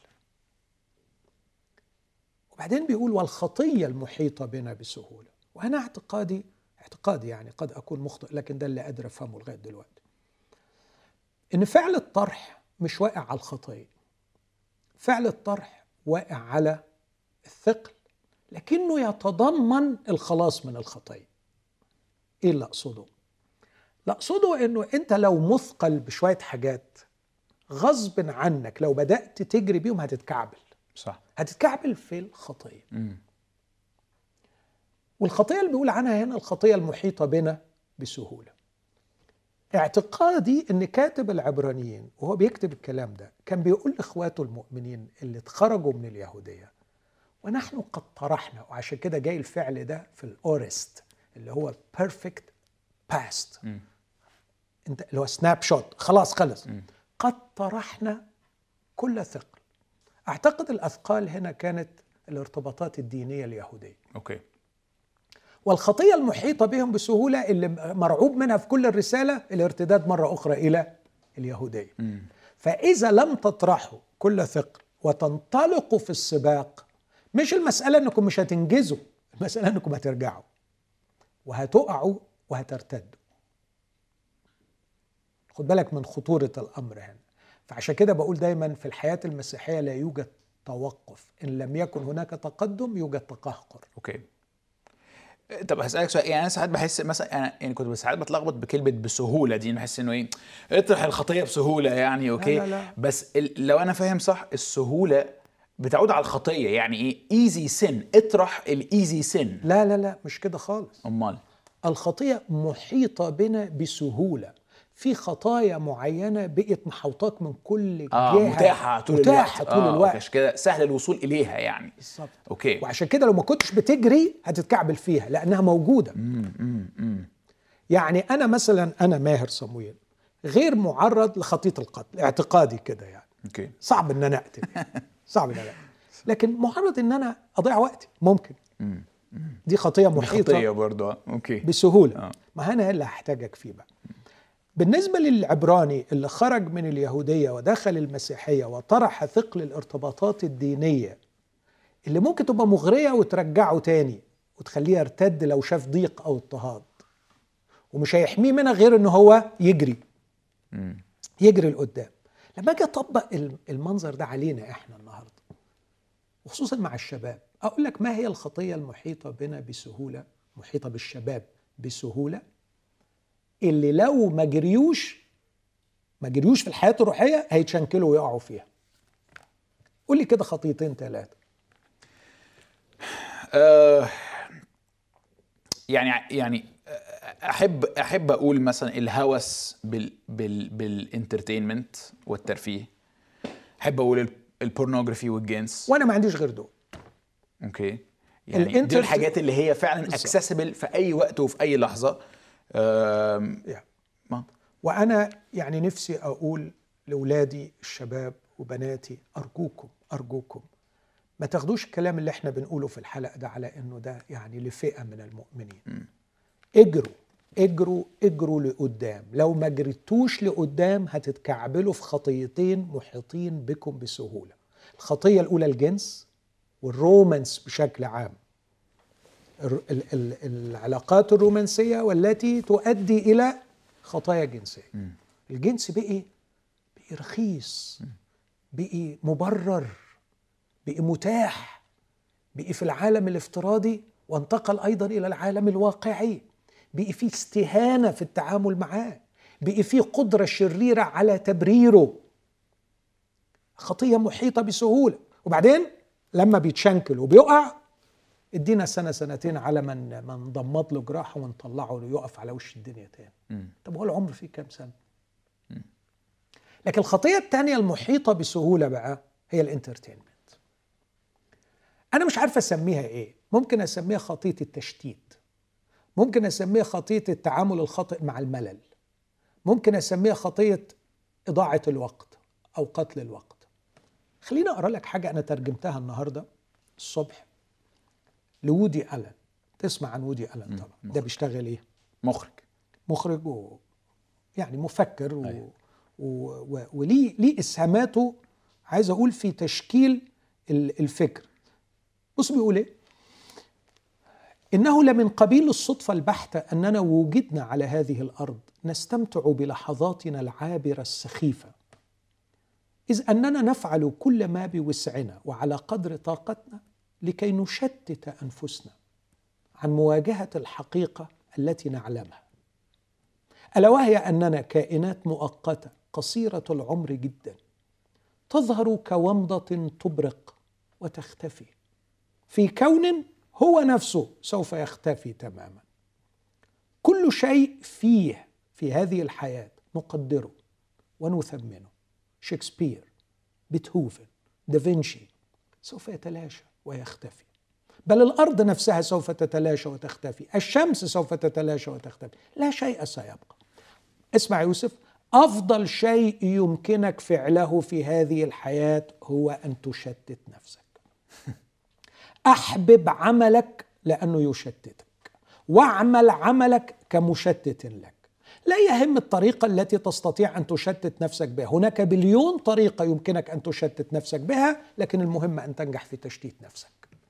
وبعدين بيقول والخطية المحيطة بنا بسهولة. وهنا اعتقادي يعني قد أكون مخطئ، لكن ده اللي قادر أفهمه لغاية دلوقتي، إن فعل الطرح مش واقع على الخطية، فعل الطرح واقع على الثقل، لكنه يتضمن الخلاص من الخطية. إيه اللي أقصده؟ لا أقصده إنه أنت لو مثقل بشوية حاجات غصب عنك لو بدأت تجري بيهم هتتكعبل. صح. هتتكعبل في الخطية. والخطية اللي بيقول عنها هنا الخطية المحيطة بنا بسهولة. اعتقادي ان كاتب العبرانيين وهو بيكتب الكلام ده كان بيقول لاخواته المؤمنين اللي اتخرجوا من اليهودية ونحن قد طرحنا، وعشان كده جاي الفعل ده في الأورست اللي هو perfect past، انت اللي هو سناب شوت، خلاص خلص. قد طرحنا كل ثقل. اعتقد الأثقال هنا كانت الارتباطات الدينية اليهودية. اوكي. والخطية المحيطة بهم بسهولة اللي مرعوب منها في كل الرسالة الارتداد مرة أخرى إلى اليهودية. فإذا لم تطرحوا كل ثقل وتنطلقوا في السباق، مش المسألة أنكم مش هتنجزوا، المسألة أنكم هترجعوا وهتقعوا وهترتدوا. خد بالك من خطورة الأمر هنا. فعشان كده بقول دايما في الحياة المسيحية لا يوجد توقف، إن لم يكن هناك تقدم يوجد تقهقر. اوكي. طب هسألك سؤال، يعني انا ساعات بحس مثلا، انا يعني كنت ساعات بتلخبط بكلمه بسهوله دي، بحس انه ايه، اطرح الخطيه بسهوله يعني. اوكي. لا. بس لو انا فاهم صح السهوله بتعود على الخطيه، يعني ايه ايزي سن، اطرح الايزي سن. لا مش كده خالص. امال الخطيه محيطه بنا بسهوله. في خطايا معينه بقت محوطاك من كل جهه، متاحه طول الوقت. عشان كده سهل الوصول اليها يعني. بالظبط. اوكي. وعشان كده لو ما كنتش بتجري هتتكعبل فيها لانها موجوده. يعني انا مثلا انا ماهر صمويل غير معرض لخطيه القتل، اعتقادي كده يعني. اوكي. صعب ان انا اقتل صعب ان انا اقتل، لكن معرض ان انا اضيع وقتي ممكن. دي خطيه محيطه، خطيه برضه. اوكي. بسهوله. ما انا اللي هحتاجك فيه بقى. بالنسبة للعبراني اللي خرج من اليهودية ودخل المسيحية وطرح ثقل الارتباطات الدينية اللي ممكن تبقى مغرية وترجعه تاني وتخليه يرتد لو شاف ضيق أو اضطهاد، ومش هيحميه منها غير إنه هو يجري لقدام. لما أجي أطبق المنظر ده علينا إحنا النهاردة وخصوصا مع الشباب، أقول لك ما هي الخطية المحيطة بنا بسهولة، محيطة بالشباب بسهولة، اللي لو ما جريوش في الحياة الروحية هيتشنكلوا ويقعوا فيها. قول لي كده خطيتين 3. يعني احب اقول مثلا الهوس بالانترتينمنت والترفيه. احب اقول البورنوغرافي والجنس، وانا ما عنديش غير دول. اوكي. يعني دي الحاجات اللي هي فعلا اكسسبل في اي وقت وفي اي لحظه. وانا يعني نفسي اقول لاولادي الشباب وبناتي ارجوكم ما تاخدوش الكلام اللي احنا بنقوله في الحلقه ده على انه ده يعني لفئه من المؤمنين. اجروا لقدام. لو ما جريتوش لقدام هتتكعبلوا في خطيتين محيطين بكم بسهوله. الخطيه الاولى الجنس والرومانس بشكل عام، العلاقات الرومانسيه والتي تؤدي الى خطايا جنسيه. الجنس بقي رخيص، بقي مبرر، بقي متاح، بقي في العالم الافتراضي وانتقل ايضا الى العالم الواقعي. بقي فيه استهانة في التعامل معاه، بقي فيه قدرة شريرة على تبريره. خطية محيطة بسهولة. وبعدين لما بيتشنكل وبيقع، ادينا سنة سنتين على من ضمد له جراحه ونطلعه يقف على وش الدنيا تاني. طب هو العمر فيه كام سنة؟ لكن الخطية التانية المحيطة بسهولة بقى هي الانترتينمنت. أنا مش عارف أسميها إيه. ممكن أسميها خطية التشتيت، ممكن أسميها خطية التعامل الخاطئ مع الملل، ممكن أسميها خطية إضاعة الوقت أو قتل الوقت. خليني أقرأ لك حاجة أنا ترجمتها النهاردة الصبح لوودي ألن. تسمع عن وودي ألن طبعا. ده بيشتغل إيه؟ مخرج يعني مفكر وليه إسهاماته عايز أقول في تشكيل الفكر. بص بيقول إيه؟ إنه لمن قبيل الصدفة البحتة أننا وجدنا على هذه الأرض نستمتع بلحظاتنا العابرة السخيفة، إذ أننا نفعل كل ما بوسعنا وعلى قدر طاقتنا لكي نشتت أنفسنا عن مواجهة الحقيقة التي نعلمها، ألا وهي أننا كائنات مؤقتة قصيرة العمر جدا، تظهر كومضة تبرق وتختفي في كون هو نفسه سوف يختفي تماما. كل شيء فيه في هذه الحياة نقدره ونثمنه. شكسبير، بيتهوفن، دافنشي سوف يتلاشى ويختفي، بل الأرض نفسها سوف تتلاشى وتختفي، الشمس سوف تتلاشى وتختفي، لا شيء سيبقى. اسمع يوسف، أفضل شيء يمكنك فعله في هذه الحياة هو أن تشتت نفسك. أحبب عملك لأنه يشتتك، واعمل عملك كمشتت لك. لا يهم الطريقة التي تستطيع أن تشتت نفسك بها، هناك بليون طريقة يمكنك أن تشتت نفسك بها، لكن المهم أن تنجح في تشتيت نفسك.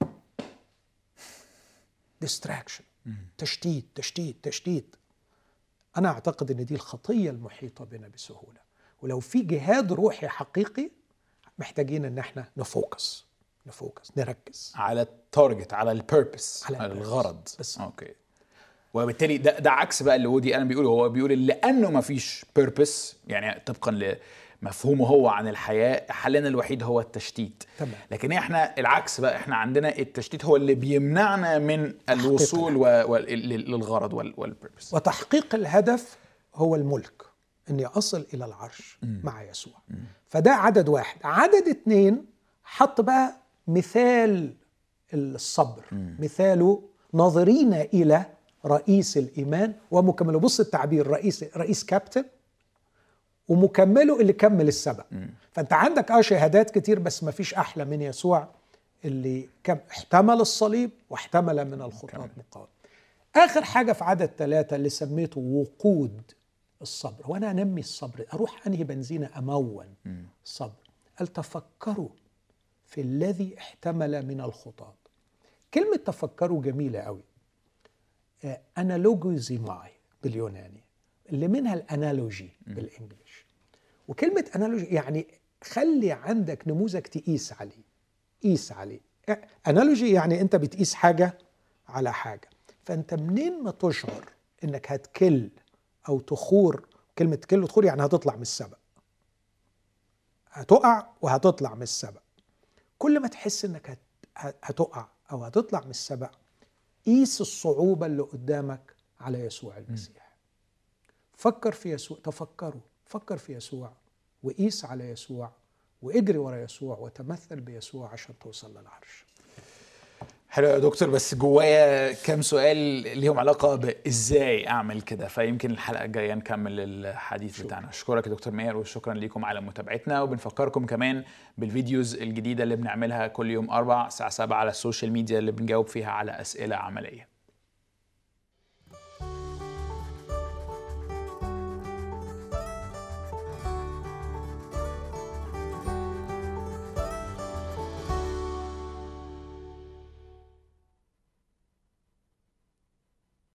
distraction، تشتيت تشتيت تشتيت. أنا أعتقد أن دي الخطية المحيطة بنا بسهولة، ولو في جهاد روحي حقيقي محتاجين أن احنا نفوكس نركز على التارجت، على البيربس، على الغرض بس. اوكي. وبالتالي ده عكس بقى اللي ودي انا بيقوله. هو بيقول لانه ما فيش بيربس، يعني طبقا لمفهومه هو عن الحياه، حلنا الوحيد هو التشتيت. تمام. لكن احنا العكس بقى، احنا عندنا التشتيت هو اللي بيمنعنا من الوصول للغرض والبيربس. وتحقيق الهدف هو الملك، اني اصل الى العرش مع يسوع. فده عدد واحد. عدد 2 حط بقى مثال الصبر، مثاله ناظرين إلى رئيس الإيمان ومكمله. بص التعبير، رئيس كابتن ومكمله اللي كمل السبق. فأنت عندك شهادات كتير، بس ما فيش أحلى من يسوع اللي احتمل الصليب واحتمل من الخطاة مقاومة. آخر حاجة في عدد 3 اللي سميته وقود الصبر. وأنا أنمي الصبر، أروح أنهي بنزينة أمون الصبر. قال تفكروا في الذي احتمل من الخطاة. كلمة تفكروا جميلة قوي. أنالوجيزيماي باليوناني، اللي منها الأنالوجي بالإنجليش. وكلمة أنالوجي يعني خلي عندك نموذج تقيس عليه، قيس عليه. أنالوجي يعني أنت بتقيس حاجة على حاجة. فأنت منين ما تشعر أنك هتكل أو تخور، كلمة كل وتخور يعني هتطلع من السبق، هتقع وهتطلع من السبق. كل ما تحس أنك هتقع أو هتطلع من السبق، قيس الصعوبة اللي قدامك على يسوع المسيح. فكر في يسوع، فكر في يسوع وقيس على يسوع واجري ورا يسوع وتمثل بيسوع عشان توصل للعرش. حلو يا دكتور، بس جوايا كام سؤال ليهم علاقة بإزاي أعمل كده، فيمكن الحلقة الجاية نكمل الحديث بتاعنا. أشكرك يا دكتور ماهر، وشكرا لكم على متابعتنا، وبنفكركم كمان بالفيديوز الجديدة اللي بنعملها كل يوم 4 الساعة 7 على السوشيال ميديا، اللي بنجاوب فيها على أسئلة عملية.